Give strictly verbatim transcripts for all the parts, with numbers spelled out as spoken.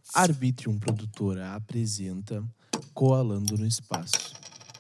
Arbitrium Produtora apresenta Coalando no Espaço.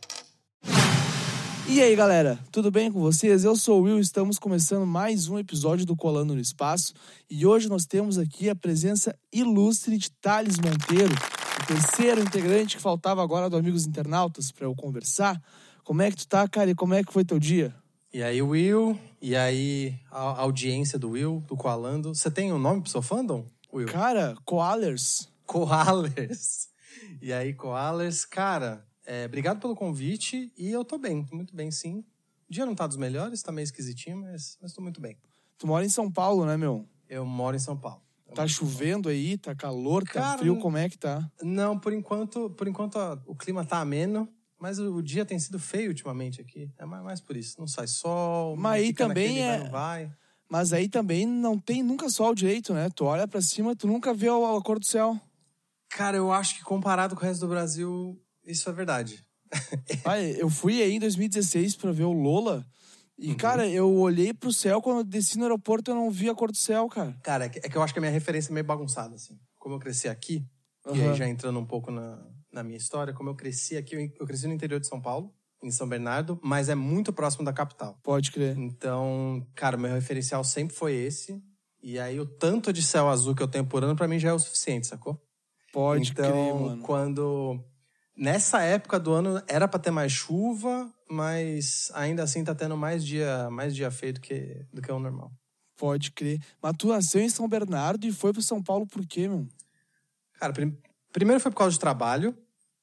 E aí, galera, tudo bem com vocês? Eu sou o Will, estamos começando mais um episódio do Coalando no Espaço e hoje nós temos aqui a presença ilustre de Thales Monteiro, o terceiro integrante que faltava agora do Amigos Internautas para eu conversar. Como é que tu tá, cara? E como é que foi teu dia? E aí, Will? E aí, a audiência do Will, do Coalando. Você tem um nome pro seu fandom, Will? Cara, Koalers. Koalers. E aí, Koalers, cara, é, obrigado pelo convite e eu tô bem, tô muito bem, sim. O dia não tá dos melhores, tá meio esquisitinho, mas, mas tô muito bem. Tu mora em São Paulo, né, meu? Eu moro em São Paulo. Eu Tá chovendo aí, tá calor, Cara, tá frio, como é que tá? Não, por enquanto, por enquanto ó, o clima tá ameno, mas o, o dia tem sido feio ultimamente aqui. É mais, mais por isso, não sai sol, Mas aí fica também naquele é... vai, não vai. Mas aí também não tem nunca sol direito, né? Tu olha pra cima, tu nunca vê a, a cor do céu. Cara, eu acho que comparado com o resto do Brasil, isso é verdade. Pai, eu fui aí em dois mil e dezesseis pra ver o Lola. E, uhum. cara, eu olhei pro céu, quando eu desci no aeroporto, eu não vi a cor do céu, cara. Cara, é que, é que eu acho que a minha referência é meio bagunçada, assim. Como eu cresci aqui, uhum. e aí já entrando um pouco na, na minha história, como eu cresci aqui, eu, eu cresci no interior de São Paulo, em São Bernardo, mas é muito próximo da capital. Pode crer. Então, cara, meu referencial sempre foi esse. E aí, o tanto de céu azul que eu tenho por ano, pra mim, já é o suficiente, sacou? Pode então, crer, mano. Então, quando... Nessa época do ano, era pra ter mais chuva, mas ainda assim tá tendo mais dia, mais dia feio do que, do que o normal. Pode crer. Mas tu nasceu em São Bernardo e foi pro São Paulo por quê, meu? Cara, prim... primeiro foi por causa de trabalho,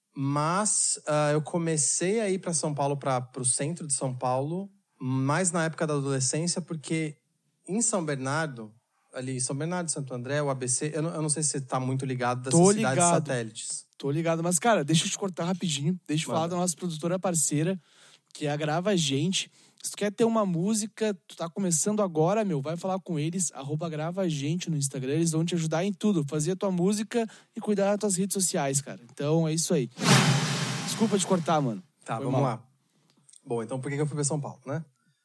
mas uh, eu comecei a ir pra São Paulo, pra, pro centro de São Paulo, mais na época da adolescência, porque em São Bernardo... ali, São Bernardo, Santo André, o A B C, eu não, eu não sei se você tá muito ligado dessas Tô cidades ligado. satélites. Tô ligado, mas, cara, deixa eu te cortar rapidinho, deixa eu Manda. falar da nossa produtora parceira, que é a Grava Gente. Se tu quer ter uma música, tu tá começando agora, meu, vai falar com eles, arroba Grava Gente no Instagram, eles vão te ajudar em tudo, fazer a tua música e cuidar das tuas redes sociais, cara. Então, é isso aí. Desculpa te cortar, mano. Tá, Foi vamos mal. lá. Bom, então por que eu fui pra São Paulo, né?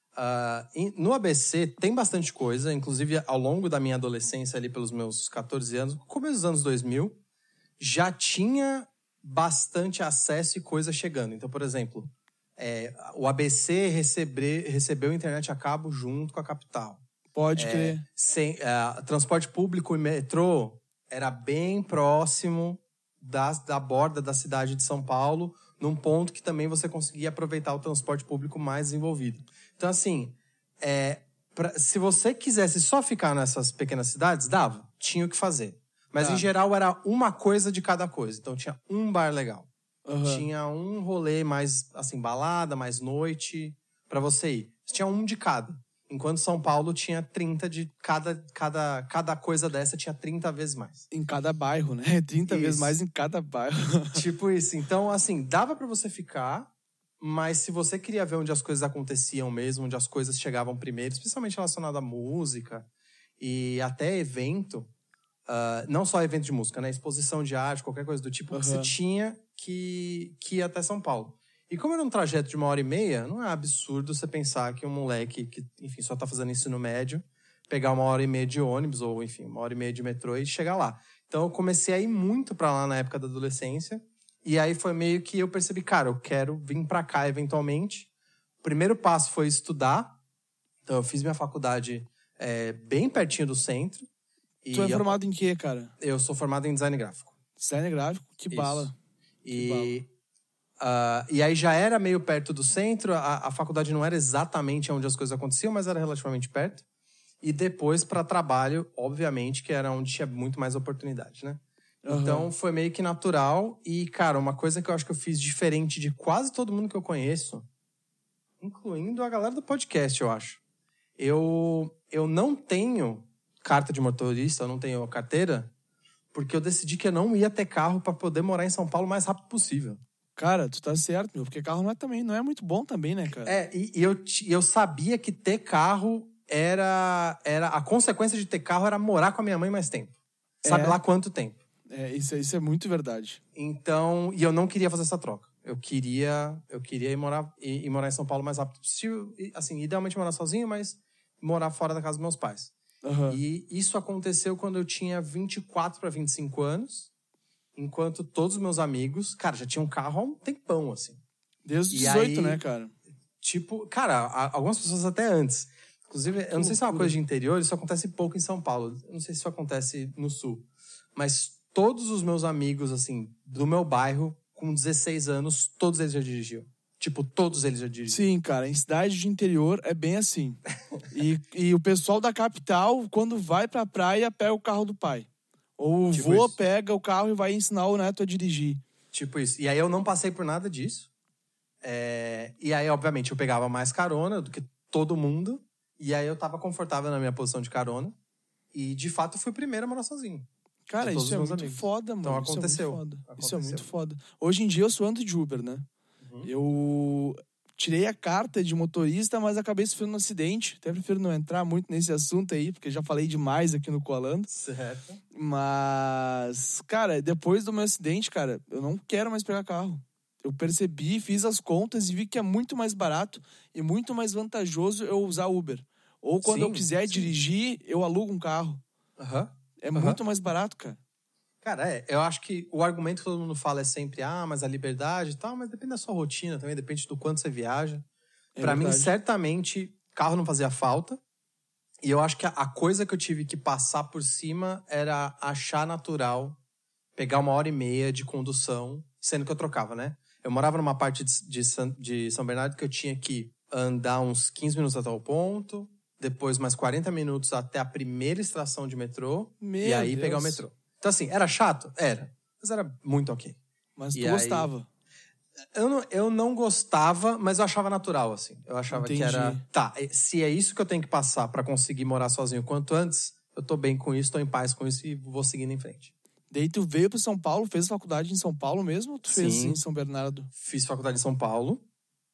Uh, no A B C tem bastante coisa, inclusive ao longo da minha adolescência, ali pelos meus catorze anos, começo dos anos dois mil, já tinha bastante acesso e coisa chegando. Então, por exemplo, é, o A B C recebe, recebeu internet a cabo junto com a capital. Pode é, crer. Sem, é, transporte público e metrô era bem próximo da, da borda da cidade de São Paulo, num ponto que também você conseguia aproveitar o transporte público mais desenvolvido. Então, assim, é, pra, se você quisesse só ficar nessas pequenas cidades, dava, tinha o que fazer. Mas, tá. Em geral, era uma coisa de cada coisa. Então, tinha um bar legal. Uhum. Tinha um rolê mais, assim, balada, mais noite, pra você ir. Tinha um de cada. Enquanto São Paulo tinha trinta de cada, cada, cada coisa dessa, tinha trinta vezes mais. Em cada bairro, né? trinta isso. Vezes mais em cada bairro. Tipo isso. Então, assim, dava pra você ficar, mas se você queria ver onde as coisas aconteciam mesmo, onde as coisas chegavam primeiro, especialmente relacionado à música e até evento, uh, não só evento de música, né? Exposição de arte, qualquer coisa do tipo, uhum. Você tinha que, que ir até São Paulo. E como era um trajeto de uma hora e meia, não é absurdo você pensar que um moleque que, enfim, só tá fazendo ensino médio, pegar uma hora e meia de ônibus, ou, enfim, uma hora e meia de metrô e chegar lá. Então, eu comecei a ir muito pra lá na época da adolescência. E aí foi meio que eu percebi, cara, eu quero vir pra cá eventualmente. O primeiro passo foi estudar. Então, eu fiz minha faculdade é, bem pertinho do centro. E tu é formado eu, em quê, cara? Eu sou formado em design gráfico. Design gráfico? Que Isso. bala. E... Que bala. Uh, e aí já era meio perto do centro, a, a faculdade não era exatamente onde as coisas aconteciam, mas era relativamente perto. E depois para trabalho, obviamente, que era onde tinha muito mais oportunidade, né? Uhum. Então foi meio que natural. E, cara, uma coisa que eu acho que eu fiz diferente de quase todo mundo que eu conheço, incluindo a galera do podcast, eu acho. Eu, eu não tenho carta de motorista, eu não tenho carteira, porque eu decidi que eu não ia ter carro para poder morar em São Paulo o mais rápido possível. Cara, tu tá certo, meu, porque carro não é, também, não é muito bom também, né, cara? É, e, e eu, eu sabia que ter carro era, era... A consequência de ter carro era morar com a minha mãe mais tempo. Sabe é, lá quanto tempo. É, isso, isso é muito verdade. Então, e eu não queria fazer essa troca. Eu queria, eu queria ir, morar, ir, ir morar em São Paulo o mais rápido possível. E, assim, idealmente morar sozinho, mas morar fora da casa dos meus pais. Aham. E isso aconteceu quando eu tinha vinte e quatro para vinte e cinco anos, enquanto todos os meus amigos, cara, já tinham carro há um tempão, assim. Desde os E dezoito, aí, né, cara? Tipo, cara, a- algumas pessoas até antes. Inclusive, eu não sei se é uma loucura. coisa de interior, isso acontece pouco em São Paulo. Eu não sei se isso acontece no Sul. Mas todos os meus amigos, assim, do meu bairro, com dezesseis anos, todos eles já dirigiam. Tipo, todos eles já dirigiam. Sim, cara, em cidade de interior é bem assim. E, e o pessoal da capital, quando vai pra praia, pega o carro do pai. Ou o Tipo vô isso. pega o carro e vai ensinar o neto a dirigir. Tipo isso. E aí eu não passei por nada disso. É, E aí, obviamente, eu pegava mais carona do que todo mundo. E aí eu tava confortável na minha posição de carona. E, de fato, eu fui o primeiro a morar sozinho. Cara, De todos isso é os meus muito amigos. foda, mano. Então, Isso aconteceu. é muito foda. Isso é Aconteceu. muito foda. Hoje em dia eu sou anti de Uber, né? Uhum. Eu tirei a carta de motorista, mas acabei sofrendo um acidente. Até prefiro não entrar muito nesse assunto aí, porque já falei demais aqui no Colando. Certo. Mas, cara, depois do meu acidente, cara, eu não quero mais pegar carro. Eu percebi, fiz as contas e vi que é muito mais barato e muito mais vantajoso eu usar Uber. Ou quando Sim, eu quiser sim. dirigir, eu alugo um carro. Aham. É Aham. muito mais barato, cara. Cara, é, eu acho que o argumento que todo mundo fala é sempre, ah, mas a liberdade e tal, mas depende da sua rotina também, depende do quanto você viaja. É Pra mim, verdade. certamente, carro não fazia falta. E eu acho que a, a coisa que eu tive que passar por cima era achar natural pegar uma hora e meia de condução, sendo que eu trocava, né? Eu morava numa parte de, de, San- de São Bernardo que eu tinha que andar uns quinze minutos até o ponto, depois mais quarenta minutos até a primeira estação de metrô, Meu e aí Deus. pegar o metrô. Então, assim, era chato? Era. Mas era muito ok. Mas E tu aí- gostava. Eu não, eu não gostava, mas eu achava natural, assim. Eu achava Entendi. que era... Tá, se é isso que eu tenho que passar pra conseguir morar sozinho quanto antes, eu tô bem com isso, tô em paz com isso e vou seguindo em frente. Daí tu veio pro São Paulo, fez faculdade em São Paulo mesmo ou tu fez Sim. em São Bernardo? Fiz faculdade em São Paulo.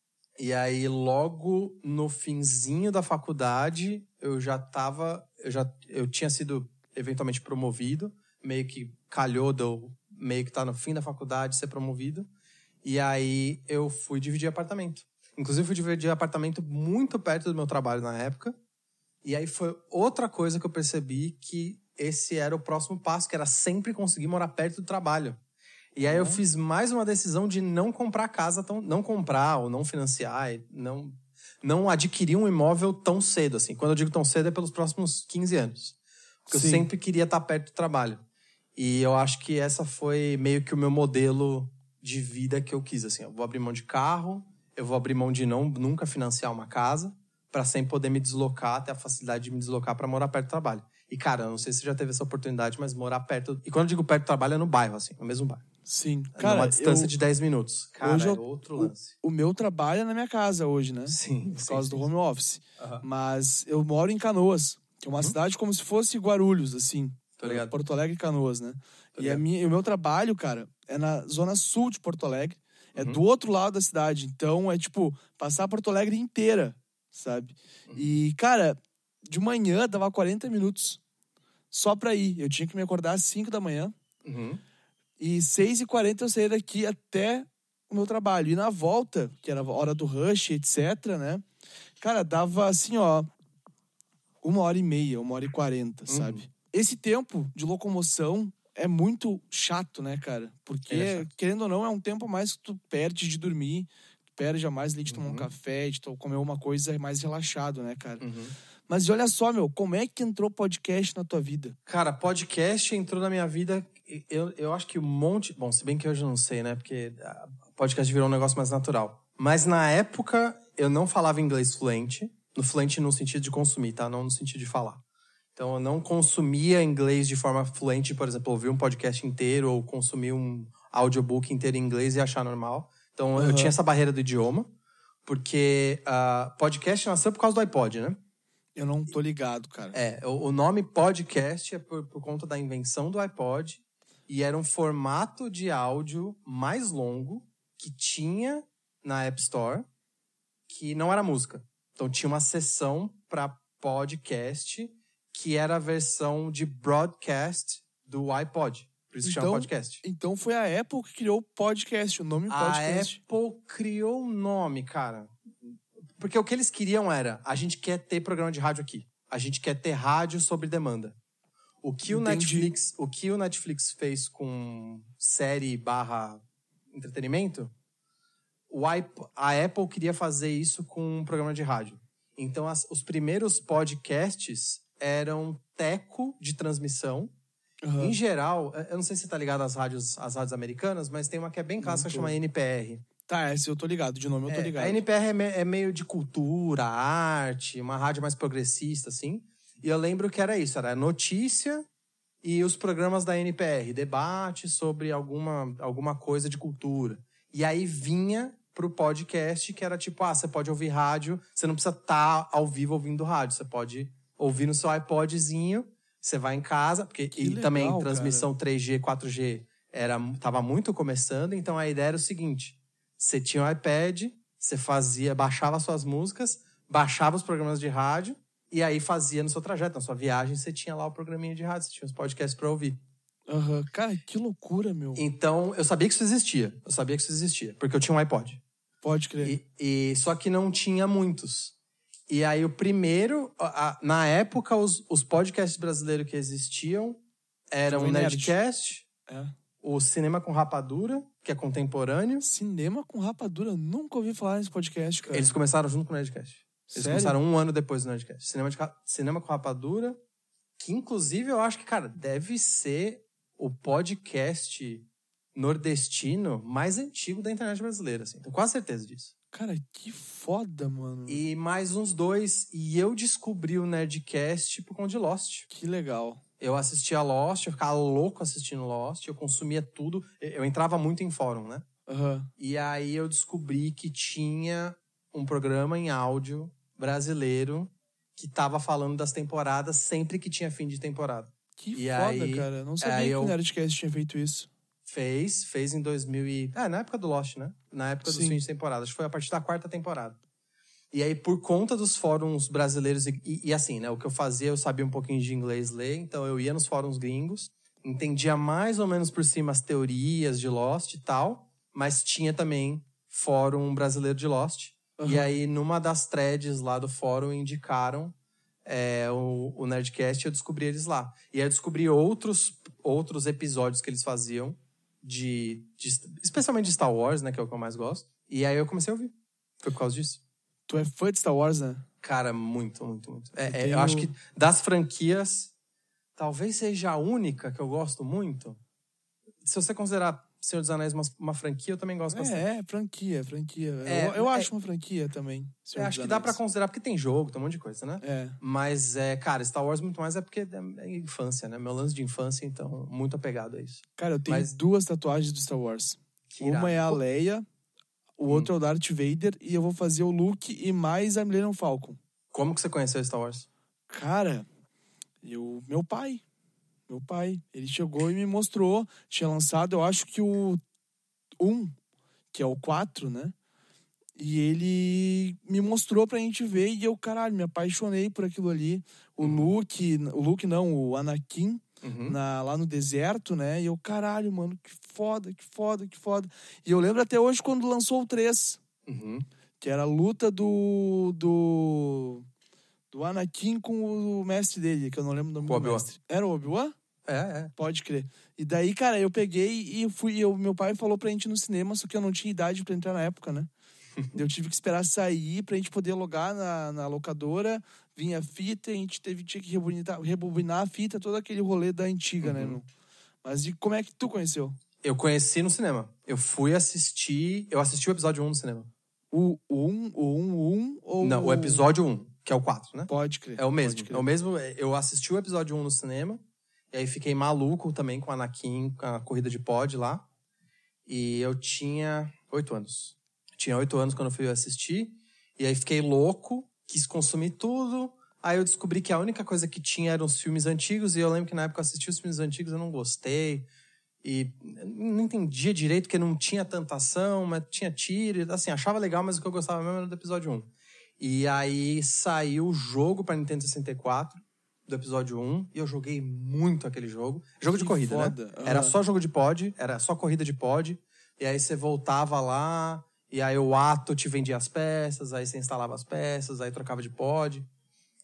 E aí, logo no finzinho da faculdade, eu já tava... Eu, já, eu tinha sido eventualmente promovido. Meio que calhou de eu meio que tá no fim da faculdade ser promovido. E aí, eu fui dividir apartamento. Inclusive, fui dividir apartamento muito perto do meu trabalho na época. E aí, foi outra coisa que eu percebi que esse era o próximo passo, que era sempre conseguir morar perto do trabalho. E aí eu Uhum. fiz mais uma decisão de não comprar casa, tão, não comprar ou não financiar, e não, não adquirir um imóvel tão cedo, assim. Quando eu digo tão cedo é pelos próximos quinze anos. Porque Sim. eu sempre queria estar perto do trabalho. E eu acho que essa foi meio que o meu modelo de vida que eu quis, assim. Eu vou abrir mão de carro, eu vou abrir mão de não, nunca financiar uma casa, para sempre poder me deslocar, ter a facilidade de me deslocar para morar perto do trabalho. E, cara, eu não sei se você já teve essa oportunidade, mas morar perto... E quando eu digo perto do trabalho, é no bairro, assim, no mesmo bairro. Sim. Numa Cara, distância eu, de dez minutos. Cara, hoje é eu- outro o- lance. o meu trabalho é na minha casa hoje, né? Sim, Por sim, causa sim, do home office. Aham. Mas eu moro em Canoas, que é uma Uhum. cidade como se fosse Guarulhos, assim. Tô ligado. Porto Alegre e Canoas, né? Tô E a ligado. minha, e o meu trabalho, cara, é na zona sul de Porto Alegre. É Uhum. do outro lado da cidade. Então, é tipo, passar Porto Alegre inteira, sabe? Uhum. E, cara, de manhã dava quarenta minutos só pra ir. Eu tinha que me acordar às cinco da manhã. Uhum. E seis e quarenta eu saía daqui até o meu trabalho. E na volta, que era a hora do rush, etc, né? Cara, dava assim, ó, uma hora e meia, uma hora e quarenta, Uhum. sabe? Esse tempo de locomoção é muito chato, né, cara? Porque, Ele é chato. querendo ou não, é um tempo a mais que tu perde de dormir, tu perde a mais ali de tomar um Uhum. café, de to- comer uma coisa mais relaxado, né, cara? Uhum. Mas e olha só, meu, como é que entrou podcast na tua vida? Cara, podcast entrou na minha vida. Eu, eu acho que um monte. Bom, se bem que hoje eu não sei, né? Porque ah, podcast virou um negócio mais natural. Mas na época, eu não falava inglês fluente. No fluente no sentido de consumir, tá? Não no sentido de falar. Então, eu não consumia inglês de forma fluente, por exemplo, ouvir um podcast inteiro ou consumir um audiobook inteiro em inglês e achar normal. Então, eu Aham. tinha essa barreira do idioma. Porque ah, podcast nasceu por causa do iPod, né? Eu não tô ligado, cara. É, o, o nome podcast é por, por conta da invenção do iPod e era um formato de áudio mais longo que tinha na App Store, que não era música. Então tinha uma seção para podcast que era a versão de broadcast do iPod. Por isso que chama Então- podcast. Então foi a Apple que criou o podcast, o nome A podcast. Apple criou o nome, cara. Porque o que eles queriam era, a gente quer ter programa de rádio aqui. a gente quer ter rádio sobre demanda. O que o Netflix, o que o Netflix fez com série barra entretenimento, o iP- a Apple queria fazer isso com um programa de rádio. Então, as, os primeiros podcasts eram teco de transmissão. Uhum. Em geral, eu não sei se você tá ligado às rádios, às rádios americanas, mas tem uma que é bem clássica, chama N P R. Tá, essa eu tô ligado. De nome eu tô É, ligado. a N P R é, me, é meio de cultura, arte, uma rádio mais progressista, assim. E eu lembro que era isso, era notícia e os programas da N P R, debate sobre alguma, alguma coisa de cultura. E aí vinha pro podcast, que era tipo, ah, você pode ouvir rádio, você não precisa estar ao vivo ouvindo rádio, você pode ouvir no seu iPodzinho, você vai em casa, porque Que e legal, também transmissão cara. três G, quatro G era, tava muito começando, então a ideia era o seguinte, você tinha um iPad, você fazia, baixava suas músicas, baixava os programas de rádio, e aí fazia no seu trajeto, na sua viagem, você tinha lá o programinha de rádio, você tinha os podcasts pra ouvir. Uhum. Cara, que loucura, meu. Então, eu sabia que isso existia. Eu sabia que isso existia, porque eu tinha um iPod. Pode crer. E, e, só que não tinha muitos. E aí o primeiro... A, a, na época, os, os podcasts brasileiros que existiam eram o Jovem Nerd. Nerdcast, É. o Cinema com Rapadura, que é contemporâneo. Cinema com Rapadura. Eu nunca ouvi falar nesse podcast, cara. Eles começaram junto com o Nerdcast. Eles Sério? começaram um ano depois do Nerdcast. Cinema, de, Cinema com Rapadura, que inclusive eu acho que, cara, deve ser o podcast nordestino mais antigo da internet brasileira, assim. Tenho quase certeza disso. Cara, que foda, mano. E mais uns dois. E eu descobri o Nerdcast por conta de Lost. Que legal. Eu assistia Lost, eu ficava louco assistindo Lost, eu consumia tudo. Eu entrava muito em fórum, né? Uhum. E aí eu descobri que tinha um programa em áudio brasileiro que tava falando das temporadas sempre que tinha fim de temporada. Que E foda, aí- cara. Não sabia aí que eu- o Nerdcast tinha feito isso. Fez, fez em dois mil e... Ah, na época do Lost, né? Na época dos Sim. fins de temporada. Acho que foi a partir da quarta temporada. E aí, por conta dos fóruns brasileiros... E, e, e assim, né? O que eu fazia, eu sabia um pouquinho de inglês ler. Então, eu ia nos fóruns gringos. Entendia mais ou menos por cima as teorias de Lost e tal. Mas tinha também fórum brasileiro de Lost. Uhum. E aí, numa das threads lá do fórum, indicaram é, o, o Nerdcast e eu descobri eles lá. E aí, eu descobri outros, outros episódios que eles faziam. De, de, especialmente de Star Wars, né? Que é o que eu mais gosto. E aí eu comecei a ouvir. Foi por causa disso. Tu é fã de Star Wars, né? Cara, muito, muito, muito. É, Eu é, tenho- eu acho que das franquias, talvez seja a única que eu gosto muito. Se você considerar Senhor dos Anéis uma, uma franquia, eu também gosto bastante. É, é, franquia, franquia. É, eu eu é- acho uma franquia também. Senhor Eu dos acho que dá pra Anéis. considerar, porque tem jogo, tem um monte de coisa, né? É. Mas, é, cara, Star Wars muito mais é porque é, é infância, né? Meu lance de infância, então, muito apegado a isso. Cara, eu tenho Mas- duas tatuagens do Star Wars. Que Uma irado. é a Pô, Leia, o Hum. outro é o Darth Vader, e eu vou fazer o Luke e mais a Millennium Falcon. Como que você conheceu Star Wars? Cara, eu, meu pai, meu pai, ele chegou e me mostrou, tinha lançado, eu acho que o um, que é o quatro, né? E ele me mostrou pra gente ver e eu, caralho, me apaixonei por aquilo ali. O Luke, o Luke não, o Anakin, Uhum. na, lá no deserto, né? E eu, caralho, mano, que foda, que foda, que foda. E eu lembro até hoje quando lançou o três, Uhum. que era a luta do, do, do Anakin com o mestre dele, que eu não lembro o nome O do Obi-Wan. mestre. Era o Obi-Wan? É, é. Pode crer. E daí, cara, eu peguei e eu fui. Eu, meu pai falou pra gente ir no cinema, só que eu não tinha idade pra entrar na época, né? Eu tive que esperar sair pra gente poder logar na, na locadora, vinha a fita, e a gente teve, tinha que rebobinar, rebobinar a fita, todo aquele rolê da antiga, né, meu? Mas e como é que tu conheceu? Eu conheci no cinema. Eu fui assistir... Eu assisti o episódio um no cinema. O um, o um, o um ou... Não, o episódio um, que é o quatro, né? Pode crer. É o mesmo. pode crer. É o mesmo. Eu assisti o episódio um no cinema. E aí fiquei maluco também com o Anakin, com a corrida de pod lá. E eu tinha oito anos. Tinha oito anos quando eu fui assistir. E aí fiquei louco, quis consumir tudo. Aí eu descobri que a única coisa que tinha eram os filmes antigos. E eu lembro que na época eu assisti os filmes antigos, eu não gostei. E não entendia direito, porque não tinha tanta ação, mas tinha tiro. Assim, achava legal, mas o que eu gostava mesmo era do episódio um. E aí saiu o jogo pra Nintendo sessenta e quatro, do episódio um, e eu joguei muito aquele jogo. Jogo Que de corrida, foda. né? Aham. Era só jogo de pod, era só corrida de pod. E aí você voltava lá, e aí o Ato te vendia as peças, aí você instalava as peças, aí trocava de pod.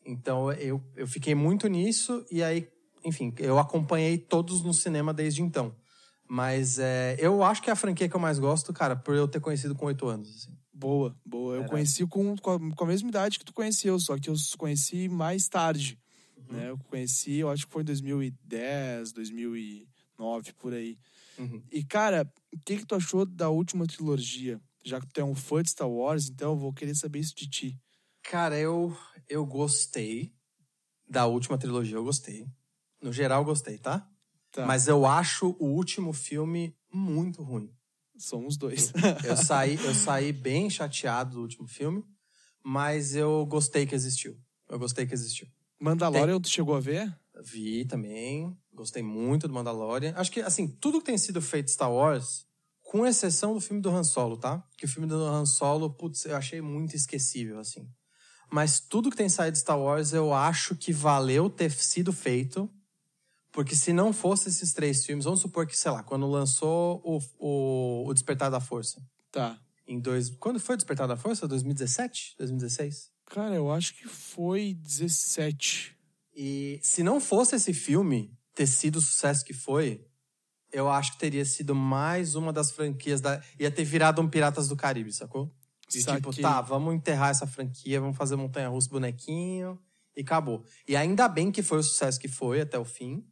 Então, eu, eu fiquei muito nisso e aí, enfim, eu acompanhei todos no cinema desde então. Mas é, eu acho que é a franquia que eu mais gosto, cara, por eu ter conhecido com oito anos. Assim. Boa, boa. Eu Era... conheci com, com, a, com a mesma idade que tu conheceu, só que eu conheci mais tarde. Uhum. Né? Eu conheci, eu acho que foi em dois mil e dez, dois mil e nove, por aí. Uhum. E, cara, o que, que tu achou da última trilogia? Já que tu é um fã de Star Wars, então eu vou querer saber isso de ti. Cara, eu, eu gostei da última trilogia, eu gostei. No geral, eu gostei, tá? Tá. Mas eu acho o último filme muito ruim. Somos dois. Eu, eu, saí, eu saí bem chateado do último filme, mas eu gostei que existiu. Eu gostei que existiu. Mandalorian, tem... tu chegou a ver? Vi também. Gostei muito do Mandalorian. Acho que, assim, tudo que tem sido feito Star Wars, com exceção do filme do Han Solo, tá? Que o filme do Han Solo, putz, eu achei muito esquecível, assim. Mas tudo que tem saído de Star Wars, eu acho que valeu ter sido feito. Porque se não fosse esses três filmes, vamos supor que, sei lá, quando lançou o, o, o Despertar da Força. Tá. Em dois, quando foi o Despertar da Força? dois mil e dezessete? dois mil e dezesseis? Cara, eu acho que foi dezessete. E se não fosse esse filme ter sido o sucesso que foi, eu acho que teria sido mais uma das franquias da... Ia ter virado um Piratas do Caribe, sacou? De Saquei. tipo, tá, vamos enterrar essa franquia, vamos fazer montanha-russa bonequinho e acabou. E ainda bem que foi o sucesso que foi até o fim.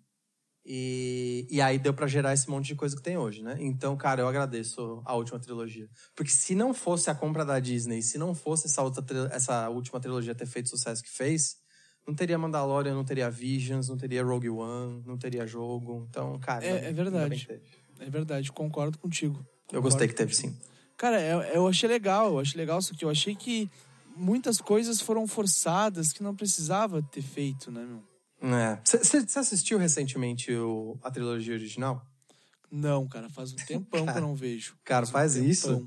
E, e aí deu pra gerar esse monte de coisa que tem hoje, né? Então, cara, eu agradeço a última trilogia. Porque se não fosse a compra da Disney, se não fosse essa, outra, essa última trilogia ter feito o sucesso que fez, não teria Mandalorian, não teria Visions, não teria Rogue One, não teria jogo. Então, cara... É, é verdade. É verdade, concordo contigo. Concordo eu gostei que teve, contigo. sim. Cara, eu, eu achei legal, eu achei legal, só que eu achei que muitas coisas foram forçadas que não precisava ter feito, né, meu? Você é. assistiu recentemente o, a trilogia original? Não, cara, faz um tempão cara, que eu não vejo. Cara, faz, faz um isso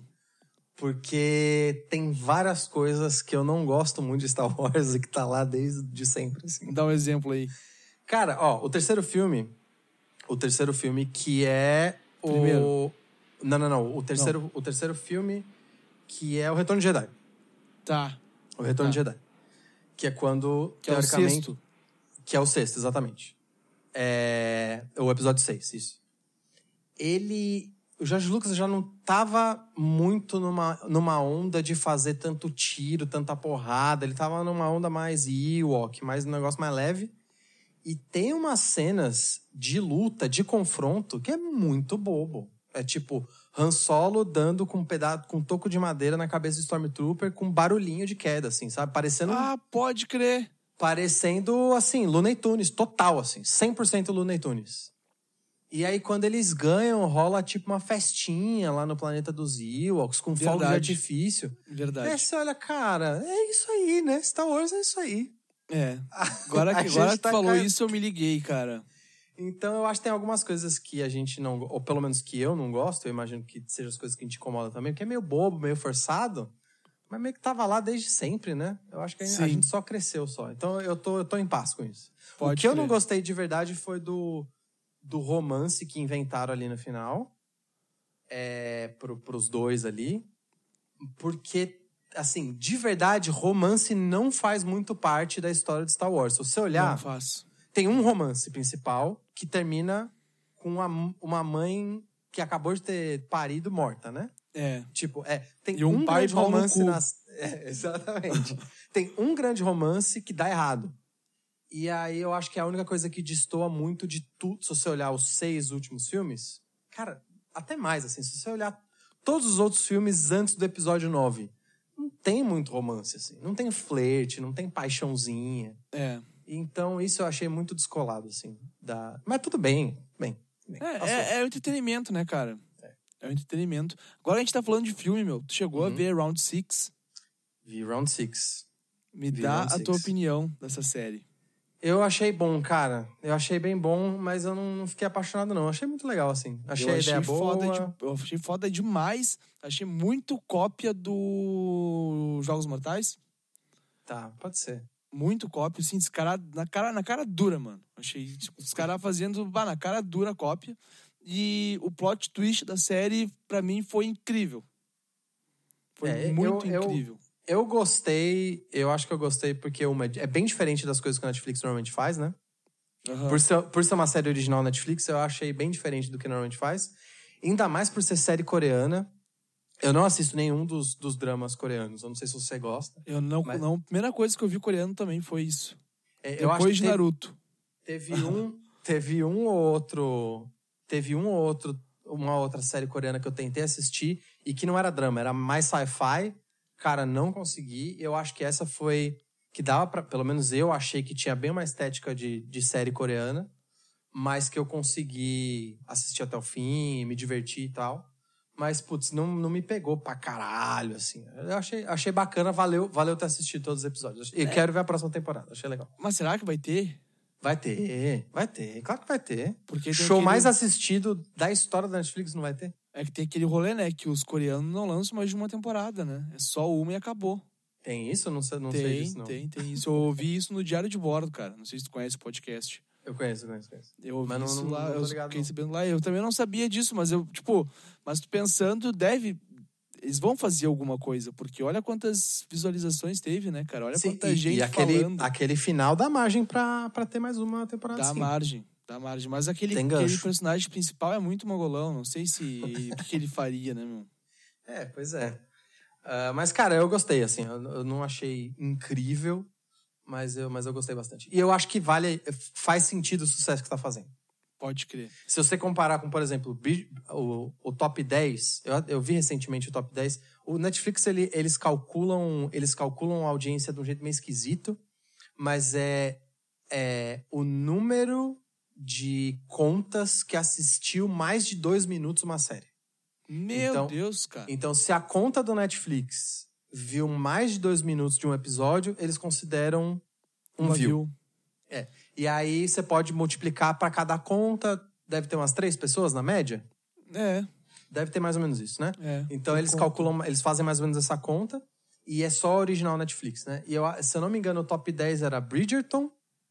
porque tem várias coisas que eu não gosto muito de Star Wars e que tá lá desde sempre. Assim. Dá um exemplo aí. Cara, ó, o terceiro filme, o terceiro filme que é o... Primeiro. Não, não, não. O terceiro, não. O terceiro filme que é o Retorno de Jedi. Tá. O Retorno tá. de Jedi. Que é quando, que teoricamente... É o sexto. Que é o sexto, exatamente. É o episódio seis, isso. Ele... O George Lucas já não tava muito numa, numa onda de fazer tanto tiro, tanta porrada. Ele tava numa onda mais Ewok, mais um negócio mais leve. E tem umas cenas de luta, de confronto, que é muito bobo. É tipo Han Solo dando com um pedaço, com um toco de madeira na cabeça do Stormtrooper com um barulhinho de queda, assim, sabe? Parecendo... Ah, pode crer. Parecendo, assim, Looney Tunes, total, assim. cem por cento Looney Tunes. E aí, quando eles ganham, rola tipo uma festinha lá no planeta dos Ewoks, com Verdade. fogo de artifício. Verdade. E aí você olha, cara, é isso aí, né? Star Wars é isso aí. É. Agora que, agora que tá tu falou caindo. Isso, eu me liguei, cara. Então, eu acho que tem algumas coisas que a gente não... Ou pelo menos que eu não gosto, eu imagino que sejam as coisas que a gente incomoda também, porque é meio bobo, meio forçado. Mas meio que tava lá desde sempre, né? Eu acho que a, a gente só cresceu só. Então eu tô, eu tô em paz com isso. Pode o que crer. eu não gostei de verdade foi do, do romance que inventaram ali no final. É, pro, pros dois ali. Porque, assim, de verdade, romance não faz muito parte da história de Star Wars. Se você olhar, não faz. Tem um romance principal que termina com uma, uma mãe que acabou de ter parido morta, né? É. Tipo, é, tem e um, um pai grande romance no nas... É, exatamente. Tem um grande romance que dá errado. E aí eu acho que é a única coisa que destoa muito de tudo. Se você olhar os seis últimos filmes, cara, até mais, assim. Se você olhar todos os outros filmes antes do episódio nove, não tem muito romance, assim. Não tem flerte, não tem paixãozinha. É. Então isso eu achei muito descolado, assim. Da... Mas tudo bem, bem. bem é, é, é o entretenimento, né, cara? É o entretenimento. Agora a gente tá falando de filme, meu. Tu chegou uhum. a ver Round Six? Vi Round Six. Me Vi dá Round a Six. tua opinião dessa série. Eu achei bom, cara. Eu achei bem bom, mas eu não, não fiquei apaixonado, não. Eu achei muito legal, assim. Achei, eu a achei ideia foda boa. De, eu achei foda demais. Achei muito cópia do Jogos Mortais. Tá, pode ser. Muito cópia, assim, os cara, na, cara, na cara dura, mano. Achei tipo, os caras fazendo bah, na cara dura cópia. E o plot twist da série, pra mim, foi incrível. Foi é, muito eu, incrível. Eu gostei, eu acho que eu gostei porque uma, é bem diferente das coisas que a Netflix normalmente faz, né? Uhum. Por ser, por ser uma série original Netflix, eu achei bem diferente do que normalmente faz. Ainda mais por ser série coreana. Eu não assisto nenhum dos, dos dramas coreanos. Eu não sei se você gosta. Eu não, mas, não. A primeira coisa que eu vi coreano também foi isso. é, eu acho Depois que de teve, Naruto. Teve um, teve um ou outro. Teve um ou outro. Uma outra série coreana que eu tentei assistir e que não era drama, era mais sci-fi. Cara, não consegui. Eu acho que essa foi. Que dava pra. Pelo menos eu achei que tinha bem uma estética de, de série coreana, mas que eu consegui assistir até o fim, me divertir e tal. Mas, putz, não, não me pegou pra caralho, assim. Eu achei, achei bacana, valeu, valeu ter assistido todos os episódios. E É. quero ver a próxima temporada, achei legal. Mas será que vai ter? Vai ter, vai ter, claro que vai ter. Porque tem Show aquele- mais assistido da história da Netflix não vai ter? É que tem aquele rolê, né? Que os coreanos não lançam mais de uma temporada, né? É só uma e acabou. Tem isso? Não sei, não tem, sei disso, não. tem, tem isso. Eu ouvi isso no Diário de Bordo, cara. Não sei se tu conhece o podcast. Eu conheço, eu conheço, conheço. Eu ouvi Mas não- isso não- lá, não tô eu ligado, fiquei não. sabendo lá. Eu também não sabia disso, mas eu, tipo... Mas tu pensando, deve... Eles vão fazer alguma coisa, porque olha quantas visualizações teve, né, cara? Olha Sim, quanta e, gente e aquele, falando. aquele final dá margem pra, pra ter mais uma temporada Dá assim. margem, dá margem. Mas aquele, Tem aquele gancho. personagem principal é muito mogolão. Não sei se... o que, que ele faria, né, meu? É, pois é. Ah, mas, cara, eu gostei, assim. Eu, eu não achei incrível, mas eu, mas eu gostei bastante. E eu acho que vale, faz sentido o sucesso que tá fazendo. Pode crer. Se você comparar com, por exemplo, o, o top dez, eu, eu vi recentemente o top dez, o Netflix, ele, eles calculam eles calculam a audiência de um jeito meio esquisito, mas é, é o número de contas que assistiu mais de dois minutos uma série. Meu Então- Deus, cara. Então, se a conta do Netflix viu mais de dois minutos de um episódio, eles consideram um Uma view. E aí você pode multiplicar para cada conta, deve ter umas três pessoas na média? É, Deve ter mais ou menos isso, né? é. Então Por eles conta. calculam, eles fazem mais ou menos essa conta e é só original Netflix, né? E eu, se eu não me engano, o top dez era Bridgerton,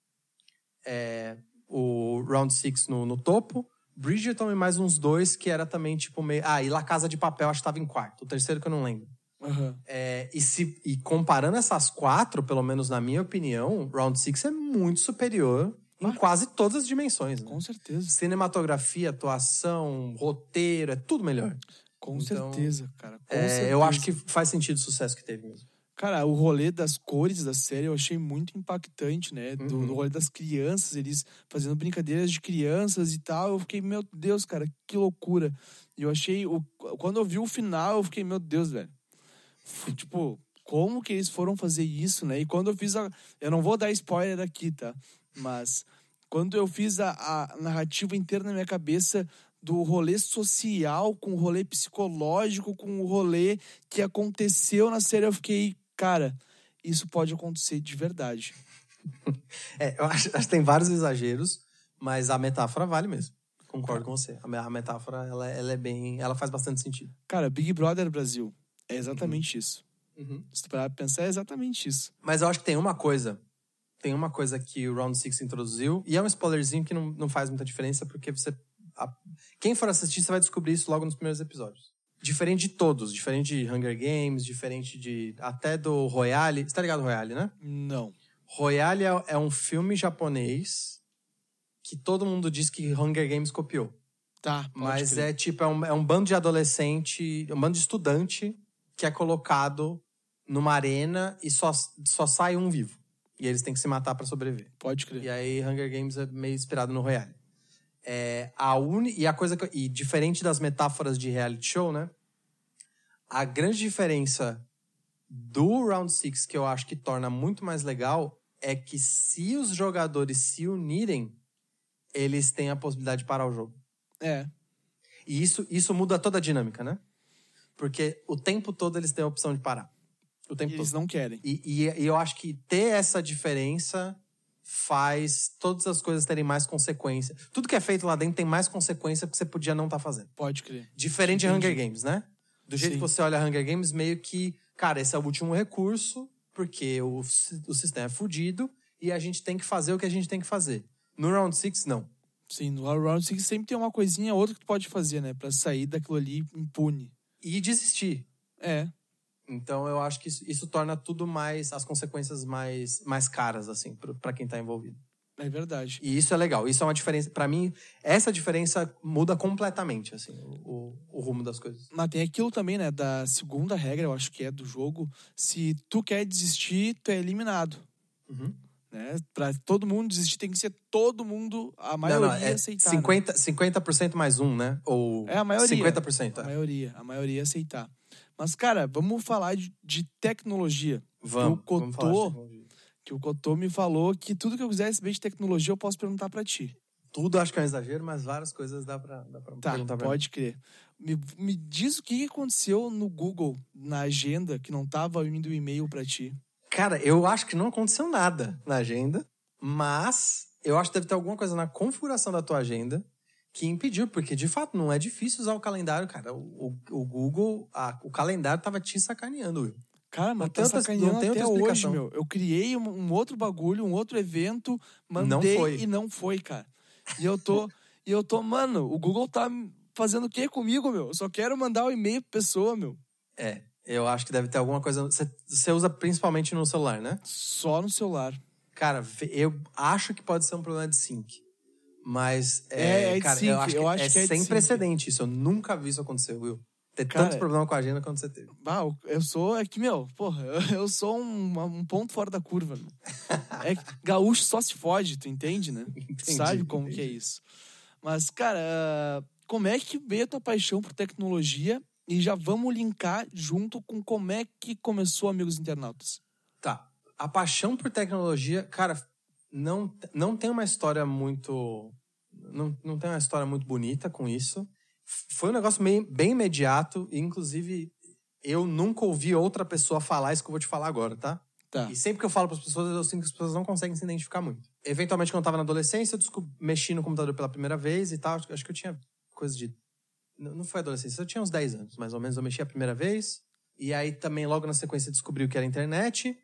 é, o Round six no, no topo, Bridgerton e mais uns dois que era também tipo meio... Ah, e La Casa de Papel acho que tava em quarto, o terceiro que eu não lembro. Aham. É, e, se, e comparando essas quatro, pelo menos na minha opinião, Round six é muito superior em Ah. quase todas as dimensões, né? Com certeza. Cinematografia, atuação, roteiro, é tudo melhor. Com Então, certeza, cara. Com É, certeza. eu acho que faz sentido o sucesso que teve mesmo. Cara, o rolê das cores da série eu achei muito impactante, né? Do, Uhum. do rolê das crianças, eles fazendo brincadeiras de crianças e tal. Eu fiquei, meu Deus, cara, que loucura. E eu achei. O, quando eu vi o final, eu fiquei, meu Deus, velho. Tipo, como que eles foram fazer isso, né? E quando eu fiz a. Eu não vou dar spoiler aqui, tá? Mas quando eu fiz a, a narrativa inteira na minha cabeça do rolê social com o rolê psicológico, com o rolê que aconteceu na série, eu fiquei, cara, isso pode acontecer de verdade. É, eu acho, acho que tem vários exageros, mas a metáfora vale mesmo. Concordo com você. A me- A metáfora, ela, ela é bem... Ela faz bastante sentido. Cara, Big Brother Brasil é exatamente isso. Uhum. Se tu parar pra pensar, é exatamente isso. Mas eu acho que tem uma coisa... Tem uma coisa que o Round six introduziu, e é um spoilerzinho que não, não faz muita diferença, porque você... a- quem for assistir, você vai descobrir isso logo nos primeiros episódios. Diferente de todos. Diferente de Hunger Games, diferente de... Até do Royale. Você tá ligado no Royale, né? Não. Royale é, é um filme japonês que todo mundo diz que Hunger Games copiou. Tá, pode Mas crer. é tipo, é um, é um bando de adolescente, um bando de estudante que é colocado numa arena e só, só sai um vivo. E eles têm que se matar pra sobreviver. Pode crer. E aí Hunger Games é meio inspirado no Royale. É, a uni, e a coisa que, e diferente das metáforas de reality show, né? A grande diferença do Round six que eu acho que torna muito mais legal é que se os jogadores se unirem, eles têm a possibilidade de parar o jogo. É. E isso, isso muda toda a dinâmica, né? Porque o tempo todo eles têm a opção de parar. O tempo E eles todo. não querem. E, e, e eu acho que ter essa diferença faz todas as coisas terem mais consequência. Tudo que é feito lá dentro tem mais consequência que você podia não estar fazendo. Pode crer. Diferente de Entendi. Hunger Games, né? Do jeito Sim. que você olha Hunger Games, meio que, cara, esse é o último recurso, porque o, si- o sistema é fudido e a gente tem que fazer o que a gente tem que fazer. No Round six, não. Sim, no Round six sempre tem uma coisinha outra que tu pode fazer, né? Pra sair daquilo ali impune. E desistir. É. Então eu acho que isso, isso torna tudo mais, as consequências mais, mais caras, assim, para quem tá envolvido. É verdade. E isso é legal. Isso é uma diferença. Pra mim, essa diferença muda completamente, assim, o, o rumo das coisas. Mas tem aquilo também, né? Da segunda regra, eu acho que é do jogo. Se tu quer desistir, tu é eliminado. Uhum. Né? Pra todo mundo desistir, tem que ser todo mundo, a maioria não, não, é aceitar. cinquenta, né? cinquenta por cento mais um, né? Ou É a maioria. cinquenta por cento. A é. maioria. A maioria aceitar. Mas, cara, vamos falar de, de tecnologia. Vamos, que o vamos falar de Cotô, tecnologia. que o Cotô me falou que tudo que eu quiser saber de tecnologia, eu posso perguntar pra ti. Tudo acho que é um exagero, mas várias coisas dá pra, dá pra Tá, perguntar pra pode crer. Me, me diz o que aconteceu no Google, na agenda, que não tava indo o e-mail pra ti. Cara, eu acho que não aconteceu nada na agenda, mas eu acho que deve ter alguma coisa na configuração da tua agenda que impediu, porque de fato não é difícil usar o calendário, cara. O, o, o Google, a, o calendário tava te sacaneando, Will. Cara, mas Não tá tem outra- sacaneando não tem até outra hoje, explicação. meu. Eu criei um, um outro bagulho, um outro evento, mandei Não foi. e não foi, cara. E eu tô, e eu tô, mano, o Google tá fazendo o quê comigo, meu? Eu só quero mandar o e-mail pra pessoa, meu. É, eu acho que deve ter alguma coisa. Você, você usa principalmente no celular, né? Só no celular. Cara, vê- eu acho que pode ser um problema de sync. Mas, É, é, é de cara, sync, eu acho que eu acho é que é de sem sync. precedente isso. Eu nunca vi isso acontecer, Will. Ter Cara, tanto problema com a agenda quanto você teve. Bah, eu sou, é que, meu, porra, eu, eu sou um, um ponto fora da curva, meu. É que gaúcho só se fode, tu entende, né? Tu sabe como entendi. que é isso. Mas, cara, como é que veio a tua paixão por tecnologia? E já vamos linkar junto com como é que começou Amigos Internautas. Tá. A paixão por tecnologia, cara, não, não tem uma história muito... Não, não tem uma história muito bonita com isso. Foi um negócio meio, bem imediato. E, inclusive, eu nunca ouvi outra pessoa falar isso que eu vou te falar agora, tá? Tá. E sempre que eu falo para as pessoas, eu sinto que as pessoas não conseguem se identificar muito. Eventualmente, quando eu tava na adolescência, eu descob... mexi no computador pela primeira vez e tal. Acho que eu tinha coisa de... Não foi adolescência, eu tinha uns dez anos, mais ou menos. Eu mexi a primeira vez. E aí, também, logo na sequência, descobri o que era internet.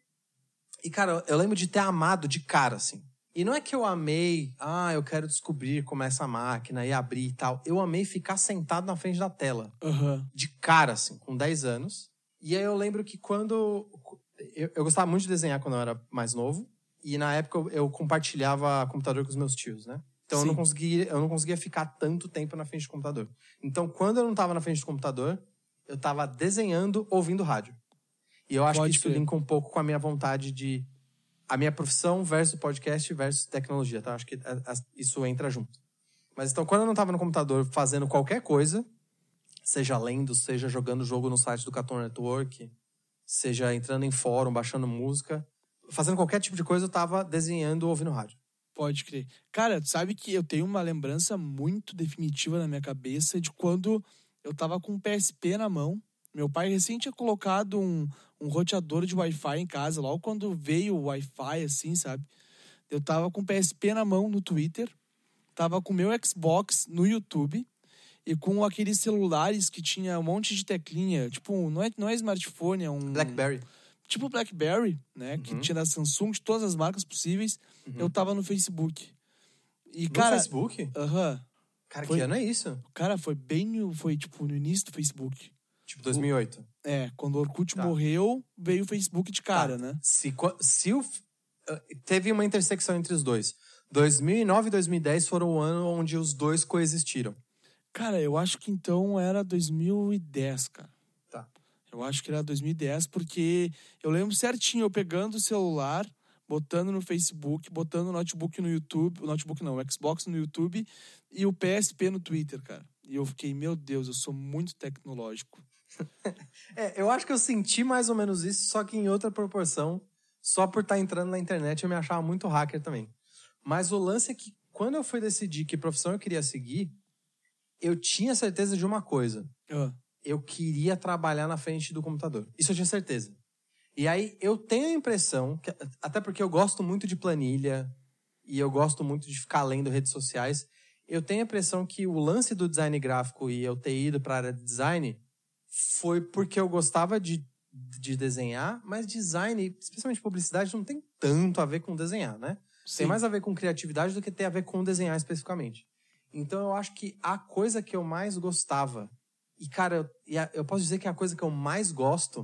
E, cara, eu lembro de ter amado de cara, assim. E não é que eu amei, ah, eu quero descobrir como é essa máquina e abrir e tal. Eu amei ficar sentado na frente da tela. Uhum. De cara, assim, com dez anos. E aí eu lembro que quando... Eu, eu gostava muito de desenhar quando eu era mais novo. E na época eu, eu compartilhava computador com os meus tios, né? Então eu não, conseguia, eu não conseguia ficar tanto tempo na frente do computador. Então quando eu não tava na frente do computador, eu tava desenhando, ouvindo rádio. E eu acho Pode que isso crer. linka um pouco com a minha vontade de... A minha profissão versus podcast versus tecnologia, tá? Acho que a, a, isso entra junto. Mas então, quando eu não tava no computador fazendo qualquer coisa, seja lendo, seja jogando jogo no site do Cartoon Network, seja entrando em fórum, baixando música, fazendo qualquer tipo de coisa, eu tava desenhando ou ouvindo rádio. Pode crer. Cara, tu sabe que eu tenho uma lembrança muito definitiva na minha cabeça de quando eu tava com um P S P na mão. Meu pai recém tinha colocado um, um roteador de Wi-Fi em casa, logo quando veio o Wi-Fi, assim, sabe? Eu tava com o P S P na mão no Twitter, tava com o meu Xbox no YouTube e com aqueles celulares que tinha um monte de teclinha, tipo, não é, não é smartphone, é um... BlackBerry. Tipo BlackBerry, né? Uhum. Que tinha da Samsung, de todas as marcas possíveis. Uhum. Eu tava no Facebook. E, No cara... Facebook? Aham. Cara, Foi- que ano é isso? Cara, foi bem... no- Foi, tipo, no início do Facebook. Tipo, dois mil e oito. É, quando o Orkut Tá. morreu, veio o Facebook de cara, Tá. né? Se, qua- se o... uh, Teve uma intersecção entre os dois. dois mil e nove e dois mil e dez foram o ano onde os dois coexistiram. Cara, eu acho que então era dois mil e dez, cara. Tá. Eu acho que era dois mil e dez, porque eu lembro certinho eu pegando o celular, botando no Facebook, botando o notebook no YouTube, o notebook não, o Xbox no YouTube e o P S P no Twitter, cara. E eu fiquei, meu Deus, eu sou muito tecnológico. É, eu acho que eu senti mais ou menos isso, só que em outra proporção. Só por estar entrando na internet eu me achava muito hacker também. Mas o lance é que quando eu fui decidir que profissão eu queria seguir, eu tinha certeza de uma coisa. Ah, Eu queria trabalhar na frente do computador. Isso eu tinha certeza. E aí eu tenho a impressão, que, até porque eu gosto muito de planilha e eu gosto muito de ficar lendo redes sociais, eu tenho a impressão que o lance do design gráfico e eu ter ido para a área de design foi porque eu gostava de, de desenhar, mas design, especialmente publicidade, não tem tanto a ver com desenhar, né? sim. Tem mais a ver com criatividade do que tem a ver com desenhar especificamente. Então eu acho que a coisa que eu mais gostava, e cara, eu, e a- eu posso dizer que a coisa que eu mais gosto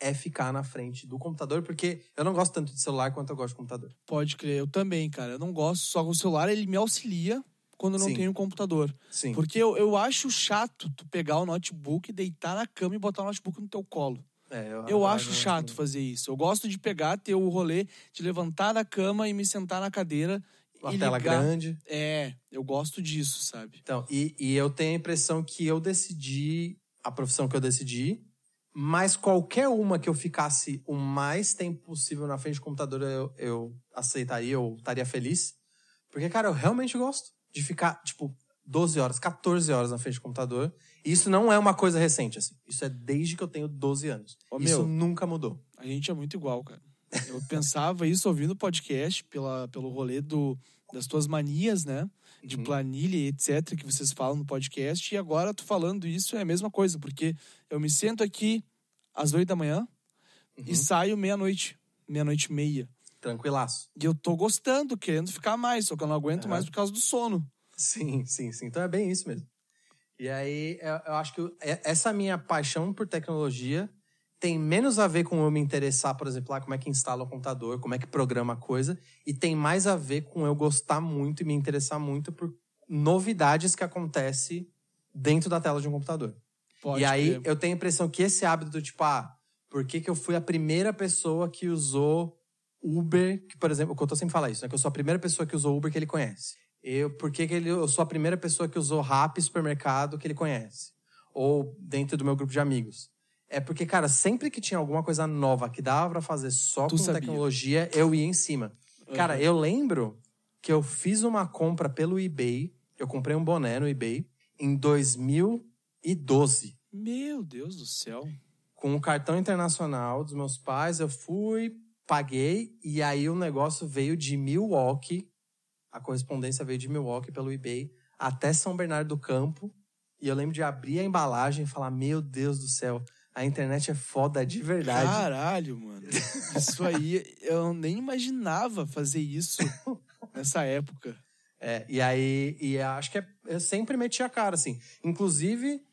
é ficar na frente do computador, porque eu não gosto tanto de celular quanto eu gosto de computador. Pode crer, eu também, cara. Eu não gosto, só que o celular ele me auxilia quando eu não Sim. tenho computador. Sim. Porque eu, eu acho chato tu pegar o notebook, deitar na cama e botar o notebook no teu colo. É, eu, Eu eu acho não chato muito. fazer isso. Eu gosto de pegar, ter o rolê de levantar da cama e me sentar na cadeira Uma e tela ligar. grande. É, eu gosto disso, sabe? Então, e, e eu tenho a impressão que eu decidi a profissão que eu decidi, mas qualquer uma que eu ficasse o mais tempo possível na frente do computador, eu, eu aceitaria, eu estaria feliz. Porque, cara, eu realmente gosto de ficar, tipo, doze horas, catorze horas na frente do computador. E isso não é uma coisa recente, assim. Isso é desde que eu tenho doze anos. Ô, isso meu, nunca mudou. A gente é muito igual, cara. Eu pensava isso ouvindo o podcast, pela, pelo rolê do, das tuas manias, né? De Uhum. planilha e etcétera, que vocês falam no podcast. E agora, tu falando isso, é a mesma coisa. Porque eu me sento aqui às oito da manhã Uhum. e saio meia-noite. Meia-noite e meia. Tranquilaço. E eu tô gostando, querendo ficar mais. Só que eu não aguento Uhum. mais por causa do sono. Sim, sim, sim. Então é bem isso mesmo. E aí, eu, eu acho que eu, essa minha paixão por tecnologia tem menos a ver com eu me interessar, por exemplo, lá como é que instala o computador, como é que programa a coisa, e tem mais a ver com eu gostar muito e me interessar muito por novidades que acontecem dentro da tela de um computador. Pode e aí, crer. eu tenho a impressão que esse hábito do tipo, ah, por que que eu fui a primeira pessoa que usou Uber, que, por exemplo, o que eu tô sempre falando isso, né? Que eu sou a primeira pessoa que usou Uber que ele conhece. Eu, por que que ele, eu sou a primeira pessoa que usou Rappi supermercado que ele conhece? Ou dentro do meu grupo de amigos. É porque, cara, sempre que tinha alguma coisa nova que dava pra fazer só Tu com sabia. tecnologia, eu ia em cima. Uhum. Cara, eu lembro que eu fiz uma compra pelo eBay, eu comprei um boné no eBay, em dois mil e doze. Meu Deus do céu. Com o cartão internacional dos meus pais, eu fui, paguei, e aí o negócio veio de Milwaukee, a correspondência veio de Milwaukee pelo eBay, até São Bernardo do Campo, e eu lembro de abrir a embalagem e falar, meu Deus do céu, a internet é foda de verdade. Caralho, mano. Isso aí, eu nem imaginava fazer isso nessa época. É, e aí, e acho que é, eu sempre meti a cara, assim. Inclusive,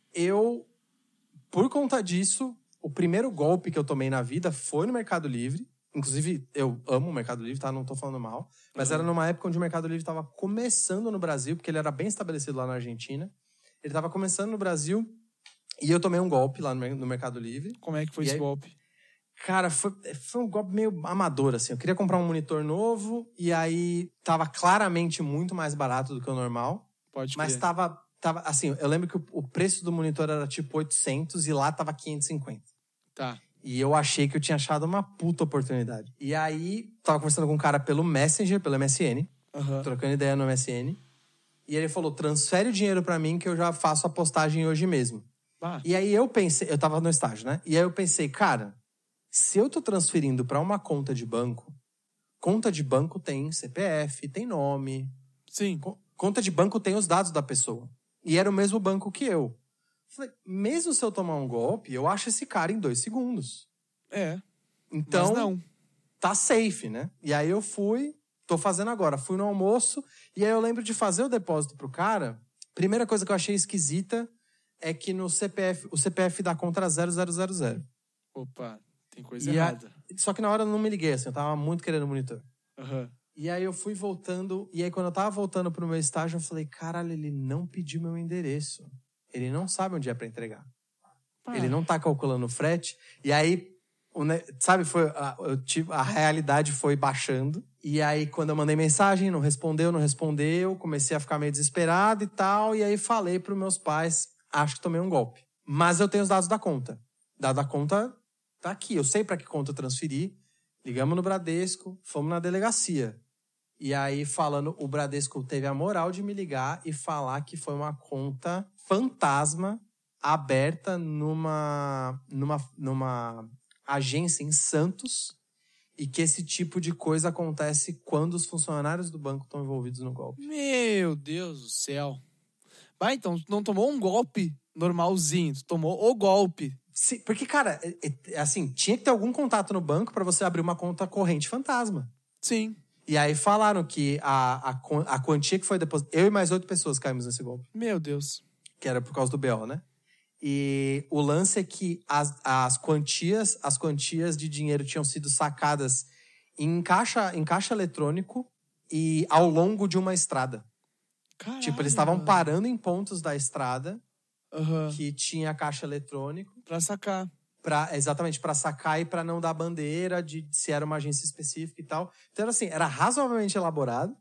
eu, por conta disso, o primeiro golpe que eu tomei na vida foi no Mercado Livre. Inclusive, eu amo o Mercado Livre, tá? Não tô falando mal. Mas Uhum. era numa época onde o Mercado Livre tava começando no Brasil, porque ele era bem estabelecido lá na Argentina. Ele tava começando no Brasil e eu tomei um golpe lá no Mercado Livre. Como é que foi E esse aí, golpe? Cara, foi, foi um golpe meio amador, assim. Eu queria comprar um monitor novo e aí tava claramente muito mais barato do que o normal. Pode Mas crer. tava, tava... Assim, eu lembro que o, o preço do monitor era tipo oitocentos e lá tava quinhentos e cinquenta. Tá. E eu achei que eu tinha achado uma puta oportunidade. E aí, tava conversando com um cara pelo Messenger, pelo M S N. Uhum. Trocando ideia no M S N. E ele falou, transfere o dinheiro pra mim que eu já faço a postagem hoje mesmo. Ah, E aí eu pensei, eu tava no estágio, né? E aí eu pensei, cara, se eu tô transferindo pra uma conta de banco, conta de banco tem C P F, tem nome. sim. Co- Conta de banco tem os dados da pessoa. E era o mesmo banco que eu. Falei, mesmo se eu tomar um golpe, eu acho esse cara em dois segundos. É. Então, Mas não. tá safe, né? E aí eu fui, tô fazendo agora, fui no almoço, e aí eu lembro de fazer o depósito pro cara. Primeira coisa que eu achei esquisita é que no C P F, o C P F da conta era zero zero zero zero. Opa, tem coisa E a- errada. Só que na hora eu não me liguei, assim, eu tava muito querendo o monitor. Aham. E aí eu fui voltando, e aí quando eu tava voltando pro meu estágio, eu falei, caralho, ele não pediu meu endereço. Ele não sabe onde é pra entregar. Ah, Ele não tá calculando o frete. E aí, o ne- sabe, foi, a, eu tive, a realidade foi baixando. E aí, quando eu mandei mensagem, não respondeu, não respondeu. Comecei a ficar meio desesperado e tal. E aí, falei pros meus pais, acho que tomei um golpe. Mas eu tenho os dados da conta. Dado da conta tá aqui. Eu sei pra que conta eu transferi. Ligamos no Bradesco, fomos na delegacia. E aí, falando, o Bradesco teve a moral de me ligar e falar que foi uma conta fantasma aberta numa, numa, numa agência em Santos e que esse tipo de coisa acontece quando os funcionários do banco estão envolvidos no golpe. meu Deus do céu. Vai, então, tu não tomou um golpe normalzinho, tu tomou o golpe. Sim, porque, cara, é- é- assim, tinha que ter algum contato no banco para você abrir uma conta corrente fantasma. Sim. E aí falaram que a, a, quan- a quantia que foi depositada... Eu e mais oito pessoas caímos nesse golpe. Meu Deus. Que era por causa do B O, né? E o lance é que as, as, quantias, as quantias de dinheiro tinham sido sacadas em caixa, em caixa eletrônico e ao longo de uma estrada. Caralho, tipo, eles estavam mano. parando em pontos da estrada Aham. que tinha caixa eletrônico. Pra sacar. Pra, exatamente, para sacar e para não dar bandeira de se era uma agência específica e tal. Então, assim, era razoavelmente elaborado,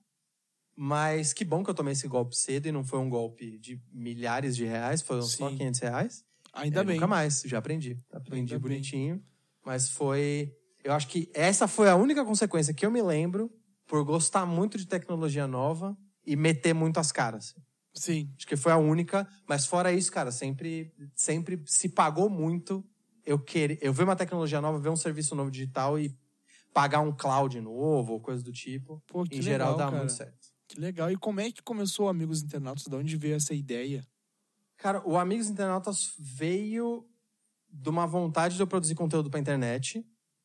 mas que bom que eu tomei esse golpe cedo e não foi um golpe de milhares de reais, foram Sim. só quinhentos reais. Ainda É, bem. Nunca mais, já aprendi. Aprendi Ainda bonitinho. Bem. Mas foi... Eu acho que essa foi a única consequência que eu me lembro por gostar muito de tecnologia nova e meter muito as caras. Sim. Acho que foi a única. Mas fora isso, cara, sempre, sempre se pagou muito eu, querer, eu ver uma tecnologia nova, ver um serviço novo digital e pagar um cloud novo ou coisa do tipo. Pô, que em geral, legal, dá cara. muito certo. Que legal. E como é que começou o Amigos Internautas? De onde veio essa ideia? Cara, o Amigos Internautas veio de uma vontade de eu produzir conteúdo pra internet.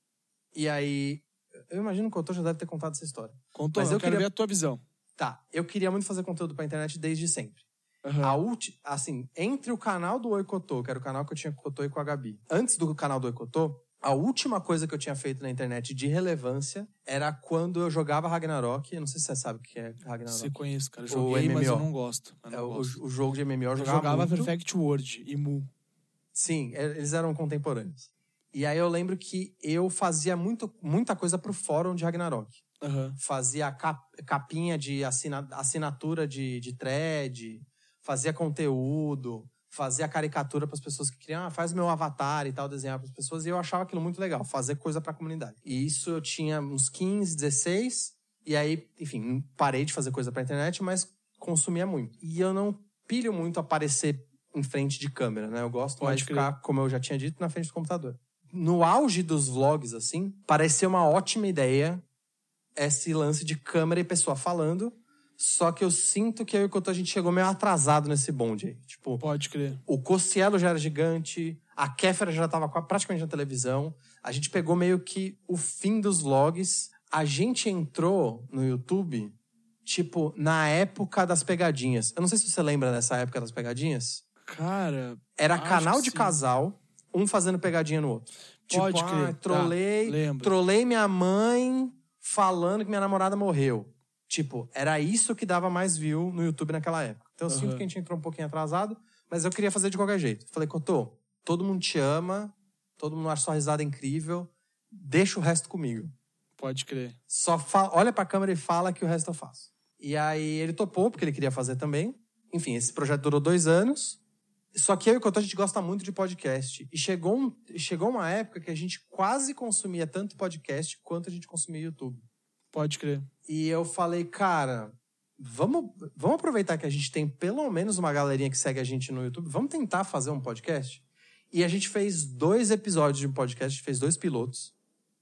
E aí... Eu imagino que o Cotô já deve ter contado essa história. Contou, Mas eu, eu quero queria... ver a tua visão. Tá, eu queria muito fazer conteúdo pra internet desde sempre. Uhum. A ulti... Assim, entre o canal do Oi Cotô, que era o canal que eu tinha com o Cotô e com a Gabi, antes do canal do Oi Cotô, a última coisa que eu tinha feito na internet de relevância era quando eu jogava Ragnarok. Eu não sei se você sabe o que é Ragnarok. Você conhece, cara. O Joguei, M M O. mas eu não gosto. Eu não É o, gosto. o jogo de M M O eu Eu jogava, jogava muito. Perfect World e Mu. Sim, eles eram contemporâneos. E aí eu lembro que eu fazia muito, muita coisa pro fórum de Ragnarok. Uhum. Fazia cap, capinha de assina, assinatura de, de thread, fazia conteúdo, fazia caricatura para as pessoas que queriam, ah, faz meu avatar e tal, desenhar para as pessoas. E eu achava aquilo muito legal, fazer coisa para a comunidade. E isso eu tinha uns quinze, dezesseis, e aí, enfim, parei de fazer coisa para internet, mas consumia muito. E eu não pilho muito aparecer em frente de câmera, né? Eu gosto Pode mais de crer. ficar, como eu já tinha dito, na frente do computador. No auge dos vlogs, assim, pareceu uma ótima ideia esse lance de câmera e pessoa falando, só que eu sinto que eu e o Cotô, a gente chegou meio atrasado nesse bonde aí. Tipo, Pode crer. o Cossielo já era gigante, a Kéfera já tava praticamente na televisão, a gente pegou meio que o fim dos vlogs, a gente entrou no YouTube, tipo, na época das pegadinhas. Eu não sei se você lembra dessa época das pegadinhas. Cara, Era acho canal que de sim. casal, um fazendo pegadinha no outro. Pode tipo, crer. ah, trolei, Tá, lembro. trolei minha mãe falando que minha namorada morreu. Tipo, era isso que dava mais view no YouTube naquela época. Então eu Uhum. sinto que a gente entrou um pouquinho atrasado, mas eu queria fazer de qualquer jeito. Falei, Cotô, todo mundo te ama, todo mundo acha sua risada incrível, deixa o resto comigo. Pode crer. Só fa- olha pra câmera e fala que o resto eu faço. E aí ele topou, porque ele queria fazer também. Enfim, esse projeto durou dois anos. Só que eu e o Cotô, a gente gosta muito de podcast. E chegou, um, chegou uma época que a gente quase consumia tanto podcast quanto a gente consumia YouTube. Pode crer. E eu falei, cara, vamos, vamos aproveitar que a gente tem pelo menos uma galerinha que segue a gente no YouTube. Vamos tentar fazer um podcast? E a gente fez dois episódios de um podcast, a gente fez dois pilotos.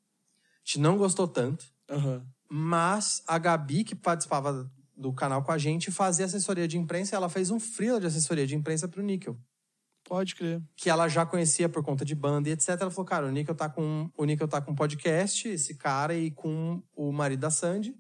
A gente não gostou tanto. Uhum. Mas a Gabi, que participava do canal com a gente, fazia assessoria de imprensa e ela fez um freela de assessoria de imprensa pro Níquel. Pode crer. Que ela já conhecia por conta de banda e etcétera. Ela falou, cara, o Níquel tá com o Níquel tá com um podcast, esse cara, e com o marido da Sandy.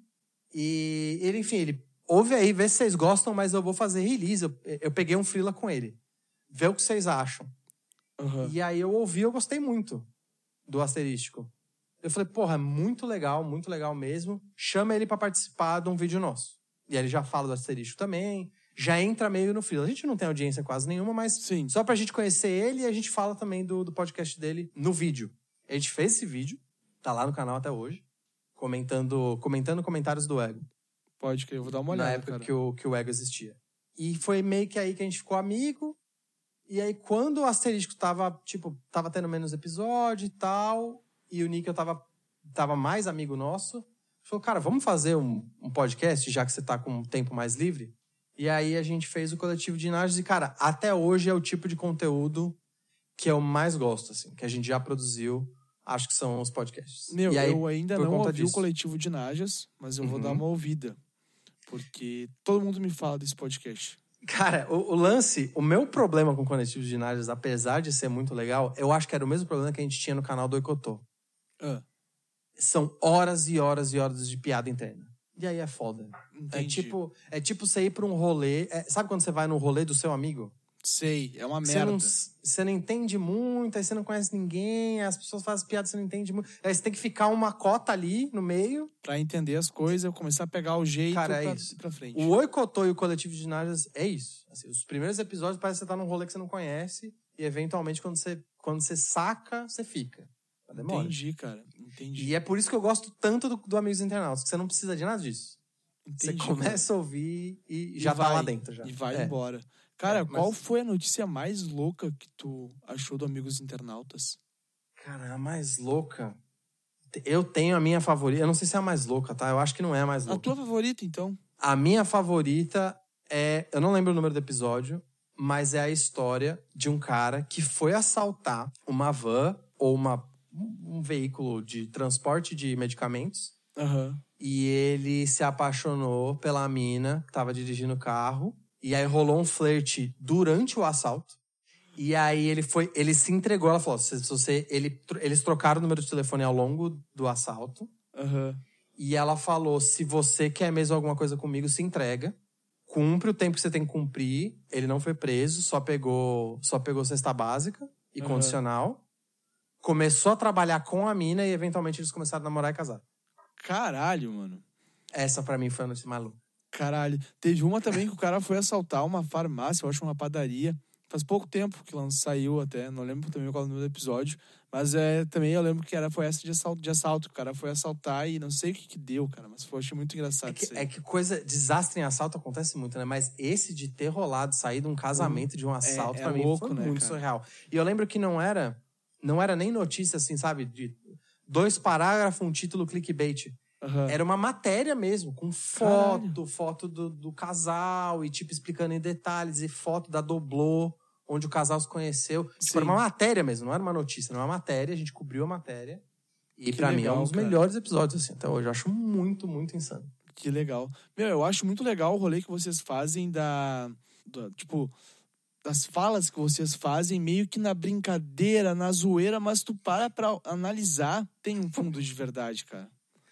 E ele, enfim, ele ouve aí, vê se vocês gostam, mas eu vou fazer release. Eu, eu peguei um freela com ele. Vê o que vocês acham. Uhum. E aí eu ouvi, eu gostei muito do Asterístico. Eu falei, porra, muito legal, muito legal mesmo. Chama ele pra participar de um vídeo nosso. E aí ele já fala do Asterístico também, já entra meio no freela. A gente não tem audiência quase nenhuma, mas Sim. só pra gente conhecer ele, a gente fala também do, do podcast dele no vídeo. A gente fez esse vídeo, tá lá no canal até hoje, comentando, comentando comentários do Ego. Pode crer, eu vou dar uma olhada, Na época cara. que o, que o Ego existia. E foi meio que aí que a gente ficou amigo. E aí, quando o Asterístico tava, tipo, tava tendo menos episódio e tal, e o Níquel tava, tava mais amigo nosso, falou, cara, vamos fazer um, um podcast, já que você tá com um tempo mais livre? E aí a gente fez o Coletivo de Imagens e, cara, até hoje é o tipo de conteúdo que eu mais gosto, assim, que a gente já produziu, acho que são os podcasts. Meu, e aí, eu ainda por não conta ouvi o disso- Coletivo de Najas, mas eu vou Uhum. dar uma ouvida. Porque todo mundo me fala desse podcast. Cara, o, o lance, o meu problema com o Coletivo de Imagens, apesar de ser muito legal, eu acho que era o mesmo problema que a gente tinha no canal do Icotô. Ah, São horas e horas e horas de piada interna. E aí é foda. É entendi. tipo, é tipo você ir pra um rolê... é- sabe quando você vai num rolê do seu amigo? Sei, é uma Você merda. não, você não entende muito, aí você não conhece ninguém, as pessoas fazem piada, você não entende muito. Aí você tem que ficar uma cota ali no meio. Pra entender as coisas, começar a pegar o jeito Cara, é pra isso. ir pra frente. O Oi Cotô e o Coletivo de Ginásios é isso. Assim, os primeiros episódios parece que você tá num rolê que você não conhece e, eventualmente, quando você, quando você saca, você fica. Demora. Entendi, cara. Entendi. E é por isso que eu gosto tanto do, do Amigos Internautas, que você não precisa de nada disso. Entendi, você começa cara. a ouvir e, E já vai, tá lá dentro. Já. E vai é. embora. Cara, É, mas... qual foi a notícia mais louca que tu achou do Amigos Internautas? Cara, a mais louca... Eu tenho a minha favorita. Eu não sei se é a mais louca, tá? Eu acho que não é a mais louca. A tua favorita, então? A minha favorita é... Eu não lembro o número do episódio, mas é a história de um cara que foi assaltar uma van ou uma, um veículo de transporte de medicamentos. Aham. E ele se apaixonou pela mina que tava dirigindo o carro. E aí rolou um flerte durante o assalto. E aí ele foi, ele se entregou. Ela falou: se você, ele, eles trocaram o número de telefone ao longo do assalto. Uhum. E ela falou: se você quer mesmo alguma coisa comigo, se entrega. Cumpre o tempo que você tem que cumprir. Ele não foi preso, só pegou, só pegou cesta básica e Uhum. condicional. Começou a trabalhar com a mina e eventualmente eles começaram a namorar e casar. Caralho, mano. Essa pra mim foi a notícia maluca. Caralho. Teve uma também que o cara foi assaltar uma farmácia, eu acho uma padaria. Faz pouco tempo que saiu até, não lembro também qual é o número do episódio. Mas é, também eu lembro que era, foi essa de assalto, de assalto. O cara foi assaltar e não sei o que que deu, cara. Mas foi, achei muito engraçado é que, isso aí. É que coisa, desastre em assalto acontece muito, né? Mas esse de ter rolado, sair de um casamento, de um assalto, é, é pra mim louco, foi né, muito cara? surreal. E eu lembro que não era, não era nem notícia assim, sabe? De dois parágrafos, um título clickbait. Uhum. Era uma matéria mesmo, com foto, Caralho. foto do, do casal e tipo explicando em detalhes, e foto da Doblô, onde o casal se conheceu. Tipo, era uma matéria mesmo, não era uma notícia, era uma matéria, a gente cobriu a matéria. E Que pra legal, mim é um dos cara. melhores episódios, assim, até hoje. Eu acho muito, muito insano. Que legal. Meu, eu acho muito legal o rolê que vocês fazem da... da tipo... das falas que vocês fazem meio que na brincadeira, na zoeira, mas tu para pra analisar, tem um fundo de verdade, cara.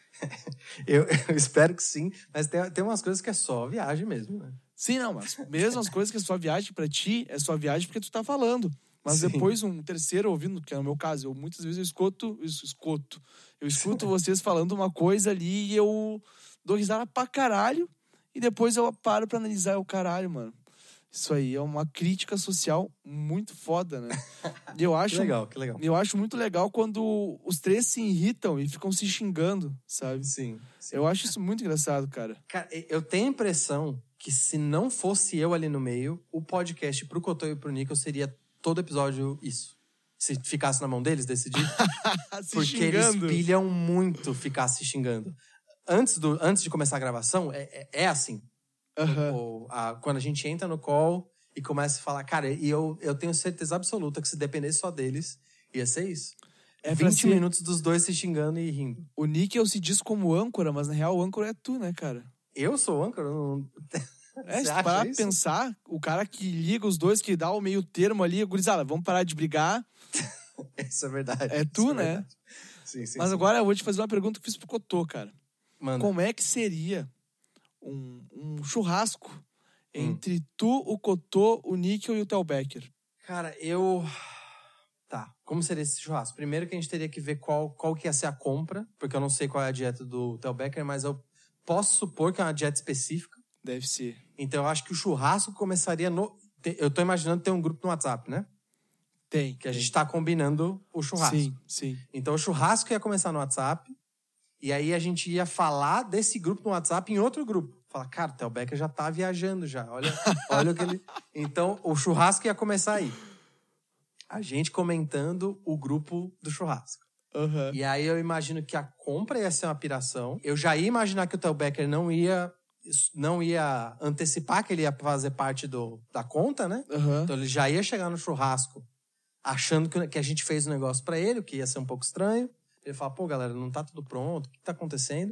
eu, eu espero que sim, mas tem, tem umas coisas que é só viagem mesmo, né? Sim, não, mas mesmo as coisas que é só viagem pra ti, é só viagem porque tu tá falando. Mas Sim. depois um terceiro ouvindo, que é o meu caso, eu muitas vezes eu escuto, eu escuto, eu escuto vocês falando uma coisa ali e eu dou risada pra caralho e depois eu paro pra analisar o caralho, mano. Isso aí é uma crítica social muito foda, né? E eu acho, que legal, que legal. Eu acho muito legal quando os três se irritam e ficam se xingando, sabe? Sim, sim. Eu acho isso muito engraçado, cara. Cara, eu tenho a impressão que se não fosse eu ali no meio, o podcast pro Cotô e pro Níquel seria todo episódio isso. Se ficasse na mão deles, decidir. se Porque xingando. eles pilham muito ficar se xingando. Antes, do, antes de começar a gravação, é, é, é assim. Uhum. O, a, quando a gente entra no call e começa a falar, cara, e eu, eu tenho certeza absoluta que se dependesse só deles, ia ser isso. É pra vinte ser- minutos dos dois se xingando e rindo. O Níquel se diz como âncora, mas na real o âncora é tu, né, cara? Eu sou âncora? Não... É, Você se tu acha parar pra isso? pensar, o cara que liga os dois, que dá o meio termo ali, gurizada, vamos parar de brigar, Isso é verdade. é tu, isso né? verdade. Sim, sim, Mas sim. agora eu vou te fazer uma pergunta que eu fiz pro Cotô, cara. Manda. Como é que seria um, um churrasco Hum. entre tu, o Cotô, o Níquel e o Theo Becker? Cara, eu... Tá, como seria esse churrasco? Primeiro que a gente teria que ver qual, qual que ia ser a compra, porque eu não sei qual é a dieta do Theo Becker, mas eu posso supor que é uma dieta específica. Deve ser. Então eu acho que o churrasco começaria no... te- Eu tô imaginando ter um grupo no WhatsApp, né? Tem. Que a tem. gente tá combinando o churrasco. Sim, sim. Então o churrasco ia começar no WhatsApp, e aí a gente ia falar desse grupo no WhatsApp em outro grupo. Falar, cara, o Theo Becker já tá viajando já, olha, olha o que ele... Então o churrasco ia começar aí. A gente comentando o grupo do churrasco. Aham. E aí eu imagino que a compra ia ser uma piração. Eu já ia imaginar que o Theo Becker não ia, não ia antecipar que ele ia fazer parte do, da conta, né? Aham. Então ele já ia chegar no churrasco achando que, que a gente fez o negócio pra ele, o que ia ser um pouco estranho. Ele fala, pô, galera, não tá tudo pronto, o que tá acontecendo?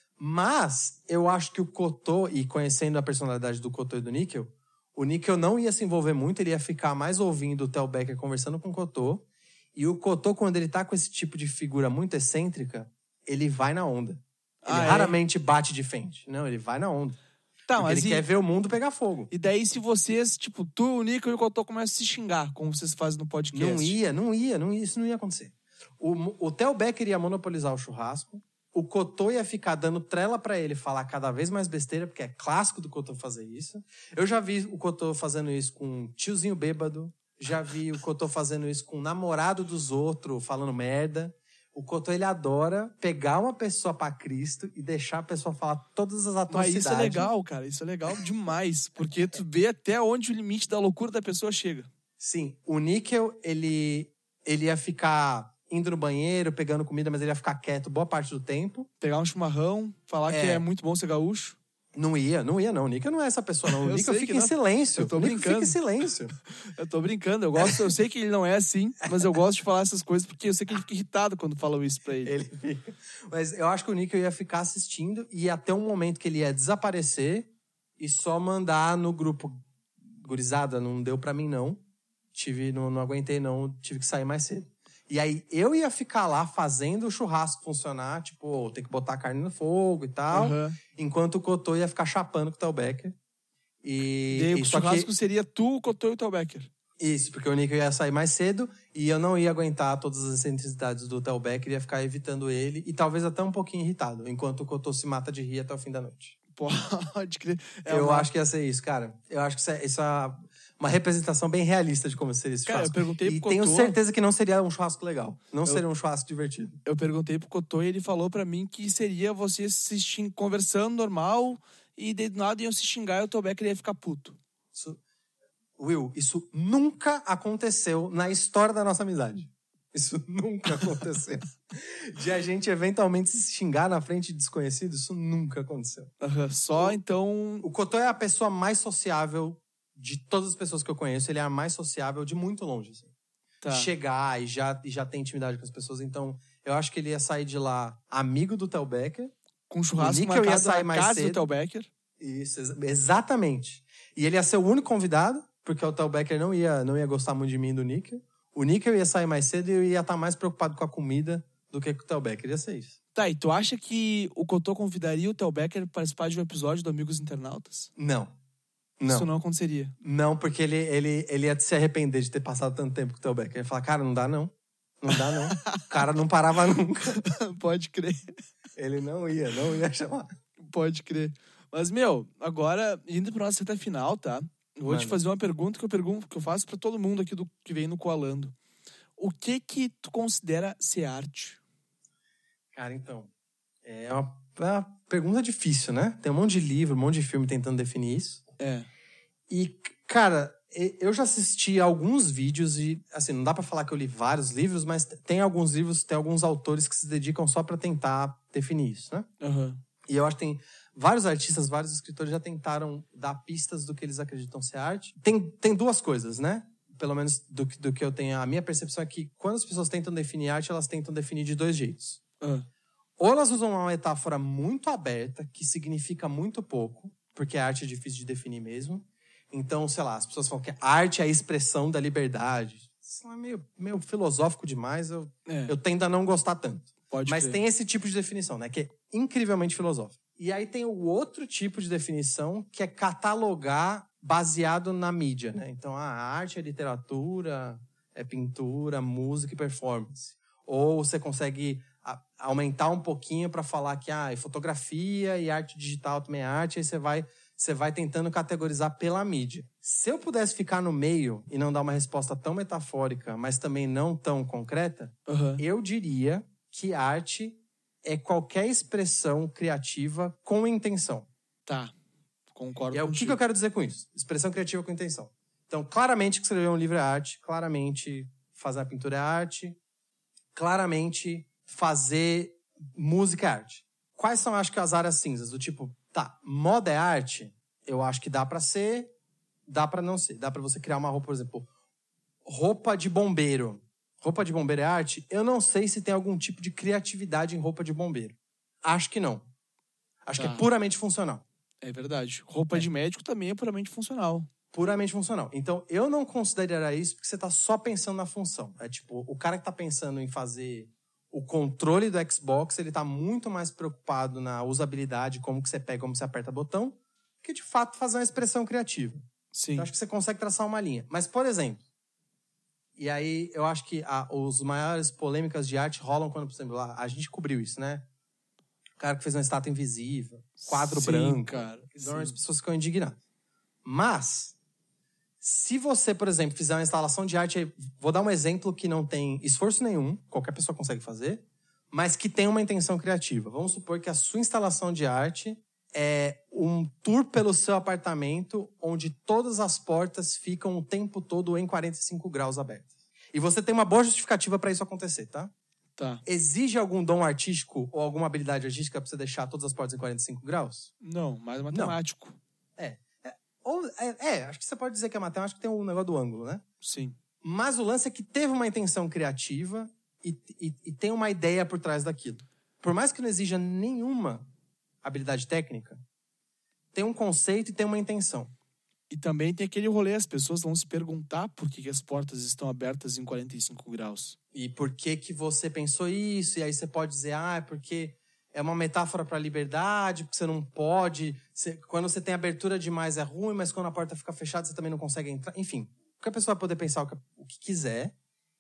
Mas eu acho que o Cotô, e conhecendo a personalidade do Cotô e do Níquel, o Níquel não ia se envolver muito, ele ia ficar mais ouvindo o Theo Becker conversando com o Cotô. E o Cotô, quando ele tá com esse tipo de figura muito excêntrica, ele vai na onda. Ele Ah, é? raramente bate de frente. Não, ele vai na onda. Tá, Porque mas ele e... quer ver o mundo pegar fogo. E daí, se vocês, tipo, tu, o Nico e o Cotô começam a se xingar, como vocês fazem no podcast. Não ia, não ia, não ia, isso não ia acontecer. O, o Theo Becker ia monopolizar o churrasco, o Cotô ia ficar dando trela pra ele falar cada vez mais besteira, porque é clássico do Cotô fazer isso. Eu já vi o Cotô fazendo isso com um tiozinho bêbado, já vi o Cotô fazendo isso com o namorado dos outros, falando merda. O Cotô, ele adora pegar uma pessoa pra Cristo e deixar a pessoa falar todas as atrocidades. Mas isso é legal, cara. Isso é legal demais. Porque tu vê até onde o limite da loucura da pessoa chega. Sim. O Níquel, ele, ele ia ficar indo no banheiro, pegando comida, mas ele ia ficar quieto boa parte do tempo. Pegar um chimarrão, falar É. que é muito bom ser gaúcho. Não ia, não ia não. O Níquel não é essa pessoa, não. O Eu Níquel sei fica que em não. silêncio. Eu tô o Níquel brincando. fica em silêncio. Eu tô brincando. Eu gosto, eu sei que ele não é assim, mas eu gosto de falar essas coisas porque eu sei que ele fica irritado quando falam isso pra ele. Ele fica. Mas eu acho que o Níquel ia ficar assistindo e ia ter um momento que ele ia desaparecer e só mandar no grupo. Gurizada, não deu pra mim, não. Tive, não, não aguentei, não. Tive que sair mais cedo. E aí eu ia ficar lá fazendo o churrasco funcionar, tipo, oh, tem que botar a carne no fogo e tal. Uhum. Enquanto o Cotô ia ficar chapando com o Theo Becker. E, E, e o só churrasco que... seria tu, o Cotô e o Theo Becker. Isso, porque o Níquel ia sair mais cedo e eu não ia aguentar todas as excentricidades do Theo Becker, ia ficar evitando ele e talvez até um pouquinho irritado, enquanto o Cotô se mata de rir até o fim da noite. Pode crer. É eu uma... acho que ia ser isso, cara. Eu acho que isso é, isso é uma representação bem realista de como seria esse Cara, churrasco. eu perguntei e pro tenho Cotô... certeza que não seria um churrasco legal. Não eu... seria um churrasco divertido. Eu perguntei pro Cotô e ele falou pra mim que seria vocês se xing... conversando normal e de nada iam se xingar e o Theo Becker ia ficar puto. Isso... Will, isso nunca aconteceu na história da nossa amizade. Isso nunca aconteceu. De a gente eventualmente se xingar na frente de desconhecido, isso nunca aconteceu. Uhum. Só o, então... O Cotô é a pessoa mais sociável de todas as pessoas que eu conheço. Ele é a mais sociável de muito longe. Assim. Tá. Chegar e já, e já ter intimidade com as pessoas. Então, eu acho que ele ia sair de lá amigo do Theo Becker. Com um churrasco marcado ia sair na mais casa cedo. do Theo Becker. Isso, exatamente. E ele ia ser o único convidado, porque o Theo Becker não ia, não ia gostar muito de mim e do Níquel. O Níquel ia sair mais cedo e eu ia estar mais preocupado com a comida do que com o Theo Becker. Ia ser isso. Tá, e tu acha que o Cotô convidaria o Theo Becker para participar de um episódio do Amigos Internautas? Não. Não. Isso não aconteceria. Não, porque ele, ele, ele ia se arrepender de ter passado tanto tempo com o Theo Becker. Ele ia falar, cara, não dá não. Não dá não. O cara não parava nunca. Pode crer. Ele não ia, não ia chamar. Pode crer. Mas, meu, agora, indo pra nossa reta final, tá? Eu vou Mano. te fazer uma pergunta que eu pergunto, que eu faço pra todo mundo aqui do, que vem no Coalando. O que que tu considera ser arte? Cara, então, é uma, é uma pergunta difícil, né? Tem um monte de livro, um monte de filme tentando definir isso. É. E, cara, eu já assisti alguns vídeos e, assim, não dá pra falar que eu li vários livros, mas tem alguns livros, tem alguns autores que se dedicam só pra tentar definir isso, né? Uhum. E eu acho que tem vários artistas, vários escritores já tentaram dar pistas do que eles acreditam ser arte. Tem, tem duas coisas, né? Pelo menos do, do que eu tenho. A minha percepção é que quando as pessoas tentam definir arte, elas tentam definir de dois jeitos. Uhum. Ou elas usam uma metáfora muito aberta, que significa muito pouco, porque a arte é difícil de definir mesmo. Então, sei lá, as pessoas falam que a arte é a expressão da liberdade. Isso é meio, meio filosófico demais, eu, É. eu tendo a não gostar tanto. Pode Mas crer. tem esse tipo de definição, né? Que é incrivelmente filosófico. E aí tem o outro tipo de definição, que é catalogar baseado na mídia, né? Então, a arte é literatura, é pintura, música e performance. Ou você consegue a, aumentar um pouquinho para falar que ah, é fotografia e arte digital também é arte, aí você vai, você vai tentando categorizar pela mídia. Se eu pudesse ficar no meio e não dar uma resposta tão metafórica, mas também não tão concreta, Uhum. eu diria que arte é qualquer expressão criativa com intenção. Tá. Concordo E é o que, que eu quero dizer com isso? Expressão criativa com intenção. Então, claramente escrever um livro é arte, claramente fazer uma pintura é arte, claramente fazer música é arte. Quais são, acho que, as áreas cinzas? Do tipo, tá, moda é arte? Eu acho que dá pra ser, dá pra não ser. Dá pra você criar uma roupa, por exemplo, roupa de bombeiro. Roupa de bombeiro é arte? Eu não sei se tem algum tipo de criatividade em roupa de bombeiro. Acho que não. Acho Tá. que é puramente funcional. É verdade. Roupa É. de médico também é puramente funcional. Puramente funcional. Então, eu não consideraria isso porque você tá só pensando na função. É tipo, o cara que tá pensando em fazer o controle do Xbox, ele tá muito mais preocupado na usabilidade, como que você pega, como você aperta botão, que de fato fazer uma expressão criativa. Sim. Eu acho que você consegue traçar uma linha. Mas, por exemplo, e aí eu acho que a, os maiores polêmicas de arte rolam quando, por exemplo, a, a gente cobriu isso, né? O cara que fez uma estátua invisível, quadro Sim, branco. cara. Normalmente as Sim. pessoas ficam indignadas. Mas, se você, por exemplo, fizer uma instalação de arte, vou dar um exemplo que não tem esforço nenhum, qualquer pessoa consegue fazer, mas que tem uma intenção criativa. Vamos supor que a sua instalação de arte é um tour pelo seu apartamento onde todas as portas ficam o tempo todo em quarenta e cinco graus abertas. E você tem uma boa justificativa para isso acontecer, tá? Tá. Exige algum dom artístico ou alguma habilidade artística para você deixar todas as portas em quarenta e cinco graus? Não, mais matemático. É. É, ou, é, é, acho que você pode dizer que é matemática, tem um negócio do ângulo, né? Sim. Mas o lance é que teve uma intenção criativa e, e, e tem uma ideia por trás daquilo. Por mais que não exija nenhuma habilidade técnica, tem um conceito e tem uma intenção. E também tem aquele rolê, as pessoas vão se perguntar por que, que as portas estão abertas em quarenta e cinco graus. E por que que você pensou isso? E aí você pode dizer, ah, é porque é uma metáfora para a liberdade, porque você não pode... Você, quando você tem abertura demais é ruim, mas quando a porta fica fechada você também não consegue entrar. Enfim, porque a pessoa vai poder pensar o que, o que quiser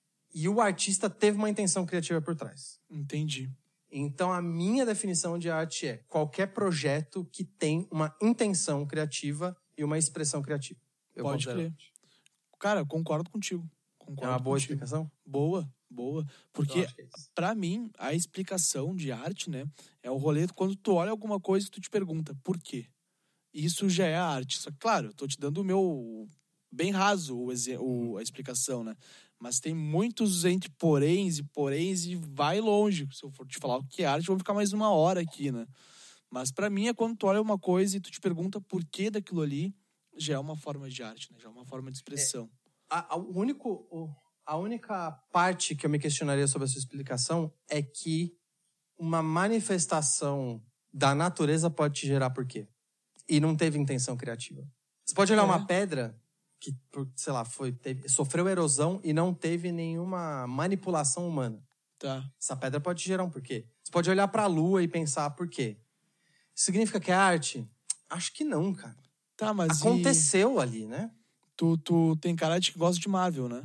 e o artista teve uma intenção criativa por trás. Entendi. Então, a minha definição de arte é qualquer projeto que tem uma intenção criativa e uma expressão criativa. Eu Pode considero crer. arte. Cara, eu concordo contigo. Concordo É uma boa contigo. explicação? Boa, boa. Eu Porque, acho que é isso. pra mim, a explicação de arte, né, é o rolê quando tu olha alguma coisa e tu te pergunta por quê. Isso já é a arte. Só que, claro, eu tô te dando o meu... Bem raso o, exe- o, a explicação, né? Mas tem muitos entre poréns e poréns e vai longe. Se eu for te falar o que é arte, vamos ficar mais uma hora aqui, né? Mas pra mim é quando tu olha uma coisa e tu te pergunta por que daquilo ali, já é uma forma de arte, né? Já é uma forma de expressão. A, a, o único, o- a única parte que eu me questionaria sobre a sua explicação é que uma manifestação da natureza pode te gerar por quê? E não teve intenção criativa. Você pode olhar É. uma pedra que, por- sei lá, foi, teve- sofreu erosão e não teve nenhuma manipulação humana. Tá. Essa pedra pode te gerar um porquê. Você pode olhar pra lua e pensar por quê. Significa que é arte? Acho que não, cara. Tá, mas Aconteceu ali, né? e tu, tu tem cara de que gosta de Marvel, né?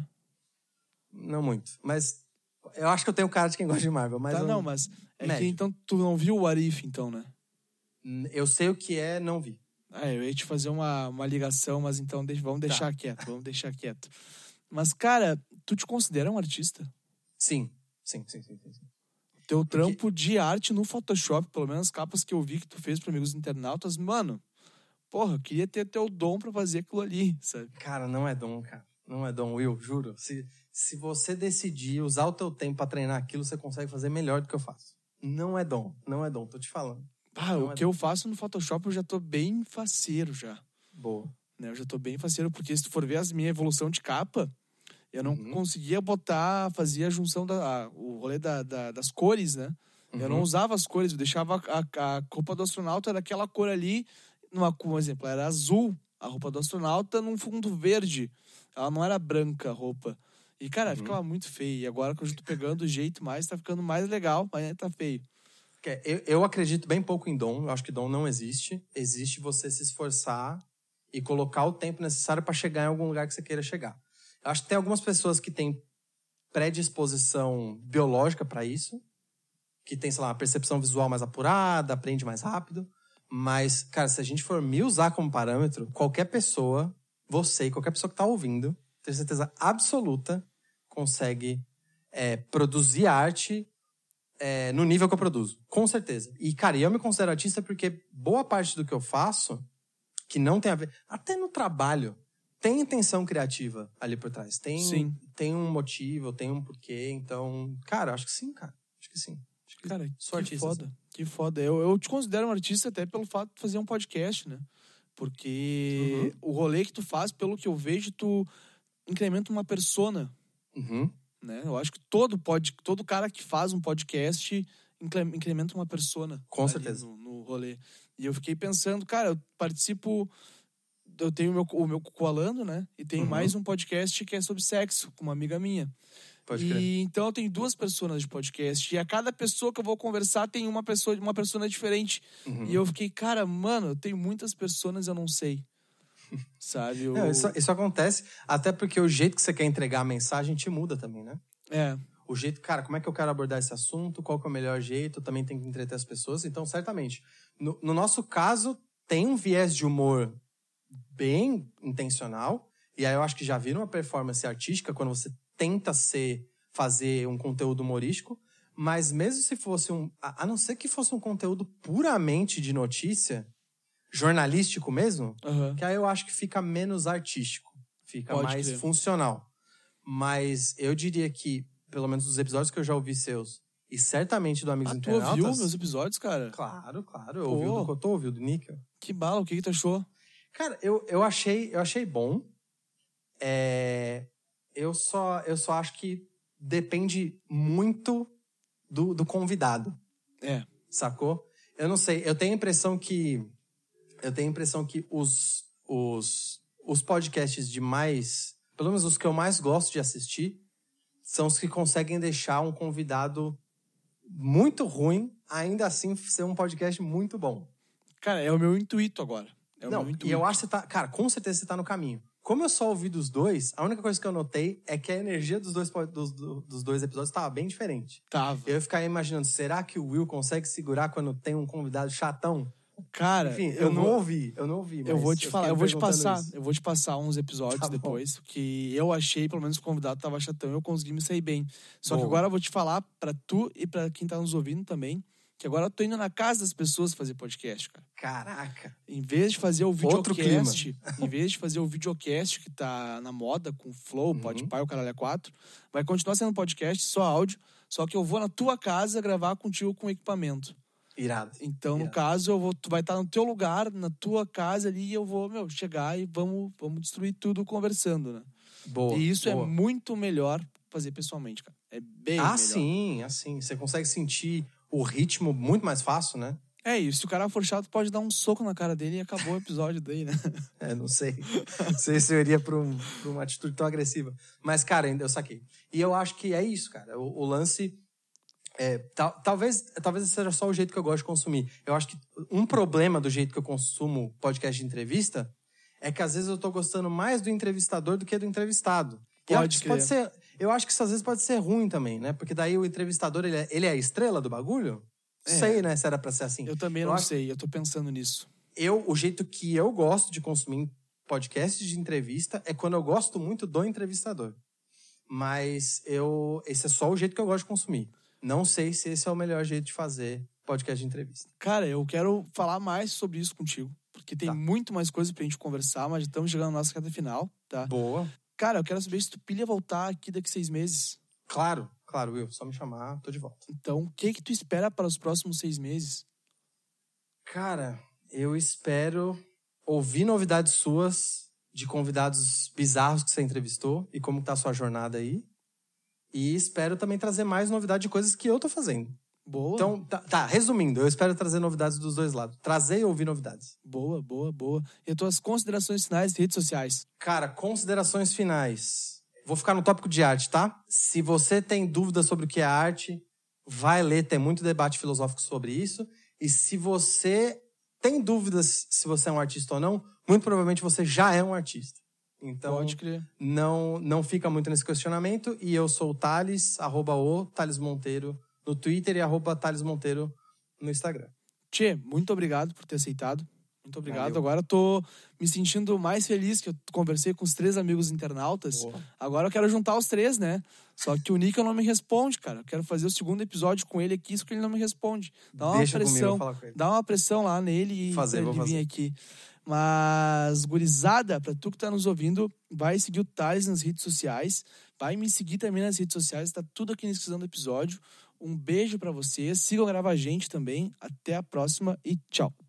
Não muito. Mas eu acho que eu tenho cara de quem gosta de Marvel. Mas tá, eu, não, mas é médio. que então tu não viu o Arif, então, né? eu sei o que é, não vi. Ah, eu ia te fazer uma, uma ligação, mas então deixa, vamos deixar quieto, vamos deixar quieto. Mas, cara, tu te considera um artista? Sim, sim, sim, sim. sim, sim. Teu trampo de arte no Photoshop, pelo menos as capas que eu vi que tu fez para amigos internautas, mano, porra, eu queria ter teu dom pra fazer aquilo ali, sabe? Cara, não é dom, cara. Não é dom, Will, juro. Se, se você decidir usar o teu tempo pra treinar aquilo, você consegue fazer melhor do que eu faço. Não é dom, não é dom, tô te falando. Ah, Não o é que eu faço no Photoshop eu já tô bem faceiro já. Boa. Né? Eu já tô bem faceiro, porque se tu for ver as minha evolução de capa, eu não Uhum. conseguia botar, fazia a junção, da, a, o rolê da, da- das cores, né? Uhum. Eu não usava as cores, eu deixava a, a, a roupa do astronauta daquela cor ali, numa, por exemplo, era azul, a roupa do astronauta num fundo verde. Ela não era branca a roupa. E, cara, Uhum. ficava muito feio. E agora que eu já tô pegando o jeito mais, tá ficando mais legal, mas tá feio. Que Eu, eu acredito bem pouco em dom. Eu acho que dom não existe. Existe você se esforçar e colocar o tempo necessário para chegar em algum lugar que você queira chegar. Eu acho que tem algumas pessoas que têm predisposição biológica para isso, que tem, sei lá, uma percepção visual mais apurada, aprende mais rápido. Mas, cara, se a gente for me usar como parâmetro, qualquer pessoa, você e qualquer pessoa que tá ouvindo, tenho certeza absoluta, consegue é, produzir arte é, no nível que eu produzo. Com certeza. E, cara, eu me considero artista porque boa parte do que eu faço, que não tem a ver... Até no trabalho, tem intenção criativa ali por trás. Tem, Sim. tem um motivo, tem um porquê. Então, cara, acho que sim, cara. Acho que sim. Acho que Cara, sou que artista, foda, sim. que foda. Eu, eu te considero um artista até pelo fato de fazer um podcast, né? Porque o rolê que tu faz, pelo que eu vejo, tu incrementa uma persona, Uhum. né? Eu acho que todo, pod, todo cara que faz um podcast incre- incrementa uma persona. Com ali certeza. No, no rolê. E eu fiquei pensando, cara, eu participo eu tenho o meu, o meu Coalando, né? E tenho Uhum. mais um podcast que é sobre sexo, com uma amiga minha. Pode e crer. então eu tenho duas pessoas de podcast. E a cada pessoa que eu vou conversar tem uma pessoa, uma pessoa diferente. Uhum. E eu fiquei, cara, mano, eu tenho muitas pessoas e eu não sei. Sabe? Eu... Não, isso, isso acontece, até porque o jeito que você quer entregar a mensagem te muda também, né? É. O jeito, cara, como é que eu quero abordar esse assunto? Qual que é o melhor jeito? Eu também tenho que entreter as pessoas. Então, certamente, no, no nosso caso, tem um viés de humor bem intencional. E aí eu acho que já vira uma performance artística quando você tenta ser, fazer um conteúdo humorístico. Mas mesmo se fosse um... A, a não ser que fosse um conteúdo puramente de notícia, jornalístico mesmo, Uhum. que aí eu acho que fica menos artístico. Fica Pode mais crer. funcional. Mas eu diria que, pelo menos dos episódios que eu já ouvi seus, e certamente do Amigos Ah, tu Internautas... ouviu meus episódios, cara? Claro, claro. Eu Pô. ouvi o do Cotô, ouvi o do Níquel. Que bala, o que que tu achou? Cara, eu, eu, achei, eu achei bom. É, eu, só, eu só acho que depende muito do, do convidado. É. Sacou? Eu não sei. Eu tenho a impressão que... Eu tenho a impressão que os, os, os podcasts de mais... Pelo menos os que eu mais gosto de assistir são os que conseguem deixar um convidado muito ruim, ainda assim ser um podcast muito bom. Cara, é o meu intuito agora. É o Não, meu intuito. e eu acho que você tá... Cara, com certeza você tá no caminho. Como eu só ouvi dos dois, a única coisa que eu notei é que a energia dos dois, dos, dos dois episódios tava bem diferente. Tava. Eu ficava imaginando, será que o Will consegue segurar quando tem um convidado chatão? Cara, Enfim, eu, eu não vou... ouvi, eu não ouvi. Eu mas vou te eu falar, fiquei eu vou te perguntando passar, isso. eu vou te passar uns episódios Tá bom. depois que eu achei, pelo menos o convidado tava chatão, eu consegui me sair bem. Só Boa. que agora eu vou te falar pra tu e pra quem tá nos ouvindo também, que agora eu tô indo na casa das pessoas fazer podcast, cara. Caraca. Em vez de fazer o Outro videocast, em vez de fazer o videocast que tá na moda com Flow, Uhum. Podpah, o Caralho é quatro, vai continuar sendo podcast, só áudio, só que eu vou na tua casa gravar contigo com equipamento. Irado. Então, no Irado. caso, eu vou, tu vai estar no teu lugar, na tua casa ali, e eu vou, meu, chegar e vamos, vamos destruir tudo conversando, né? Boa. E isso boa. é muito melhor fazer pessoalmente, cara. É bem Ah, melhor. sim, assim. Você consegue sentir o ritmo muito mais fácil, né? É isso, se o cara for chato, pode dar um soco na cara dele e acabou o episódio daí, né? É, não sei. Não sei se eu iria pra, um, pra uma atitude tão agressiva. Mas, cara, eu saquei. E eu acho que é isso, cara. O, o lance... É, tal, talvez, talvez seja só o jeito que eu gosto de consumir. Eu acho que um problema do jeito que eu consumo podcast de entrevista é que às vezes eu tô gostando mais do entrevistador do que do entrevistado. E eu acho que isso pode ser, eu acho que isso às vezes pode ser ruim também, né? Porque daí o entrevistador, ele é, ele é a estrela do bagulho? É. Sei, né? Se era pra ser assim. Eu também eu não acho, sei, eu tô pensando nisso. Eu, o jeito que eu gosto de consumir podcasts de entrevista é quando eu gosto muito do entrevistador. Mas eu, esse é só o jeito que eu gosto de consumir. Não sei se esse é o melhor jeito de fazer podcast de entrevista. Cara, eu quero falar mais sobre isso contigo, porque tem Tá. muito mais coisa pra gente conversar, mas já estamos chegando na nossa reta final, tá? Boa. Cara, eu quero saber se tu pilha voltar aqui daqui seis meses. Claro, claro, Will. Só me chamar, tô de volta. Então, o que que tu espera para os próximos seis meses? Cara, eu espero ouvir novidades suas de convidados bizarros que você entrevistou e como tá a sua jornada aí. E espero também trazer mais novidade de coisas que eu tô fazendo. Boa. Então, tá, tá, resumindo, eu espero trazer novidades dos dois lados. Trazer e ouvir novidades. Boa, boa, boa. E as tuas considerações finais de redes sociais? Cara, considerações finais. Vou ficar no tópico de arte, tá? Se você tem dúvidas sobre o que é arte, vai ler, tem muito debate filosófico sobre isso. E se você tem dúvidas se você é um artista ou não, muito provavelmente você já é um artista. Então, Pode crer. não, não fica muito nesse questionamento. E eu sou o Thales, arroba o Thales Monteiro no Twitter e arroba Thales Monteiro no Instagram. Tchê, muito obrigado por ter aceitado. Muito obrigado. Valeu. Agora eu tô me sentindo mais feliz que eu conversei com os três amigos internautas. Boa. Agora eu quero juntar os três, né? Só que o Níquel não me responde, cara. Eu quero fazer o segundo episódio com ele aqui, só que ele não me responde. Dá uma Deixa comigo, eu pressão. vou falar com ele. Dá uma pressão lá nele e Fazer, pra vou ele vir fazer. aqui. Mas, gurizada, pra tu que tá nos ouvindo, vai seguir o Thales nas redes sociais. Vai me seguir também nas redes sociais. Tá tudo aqui na descrição do episódio. Um beijo pra vocês. Sigam gravar a gente também. Até a próxima e tchau.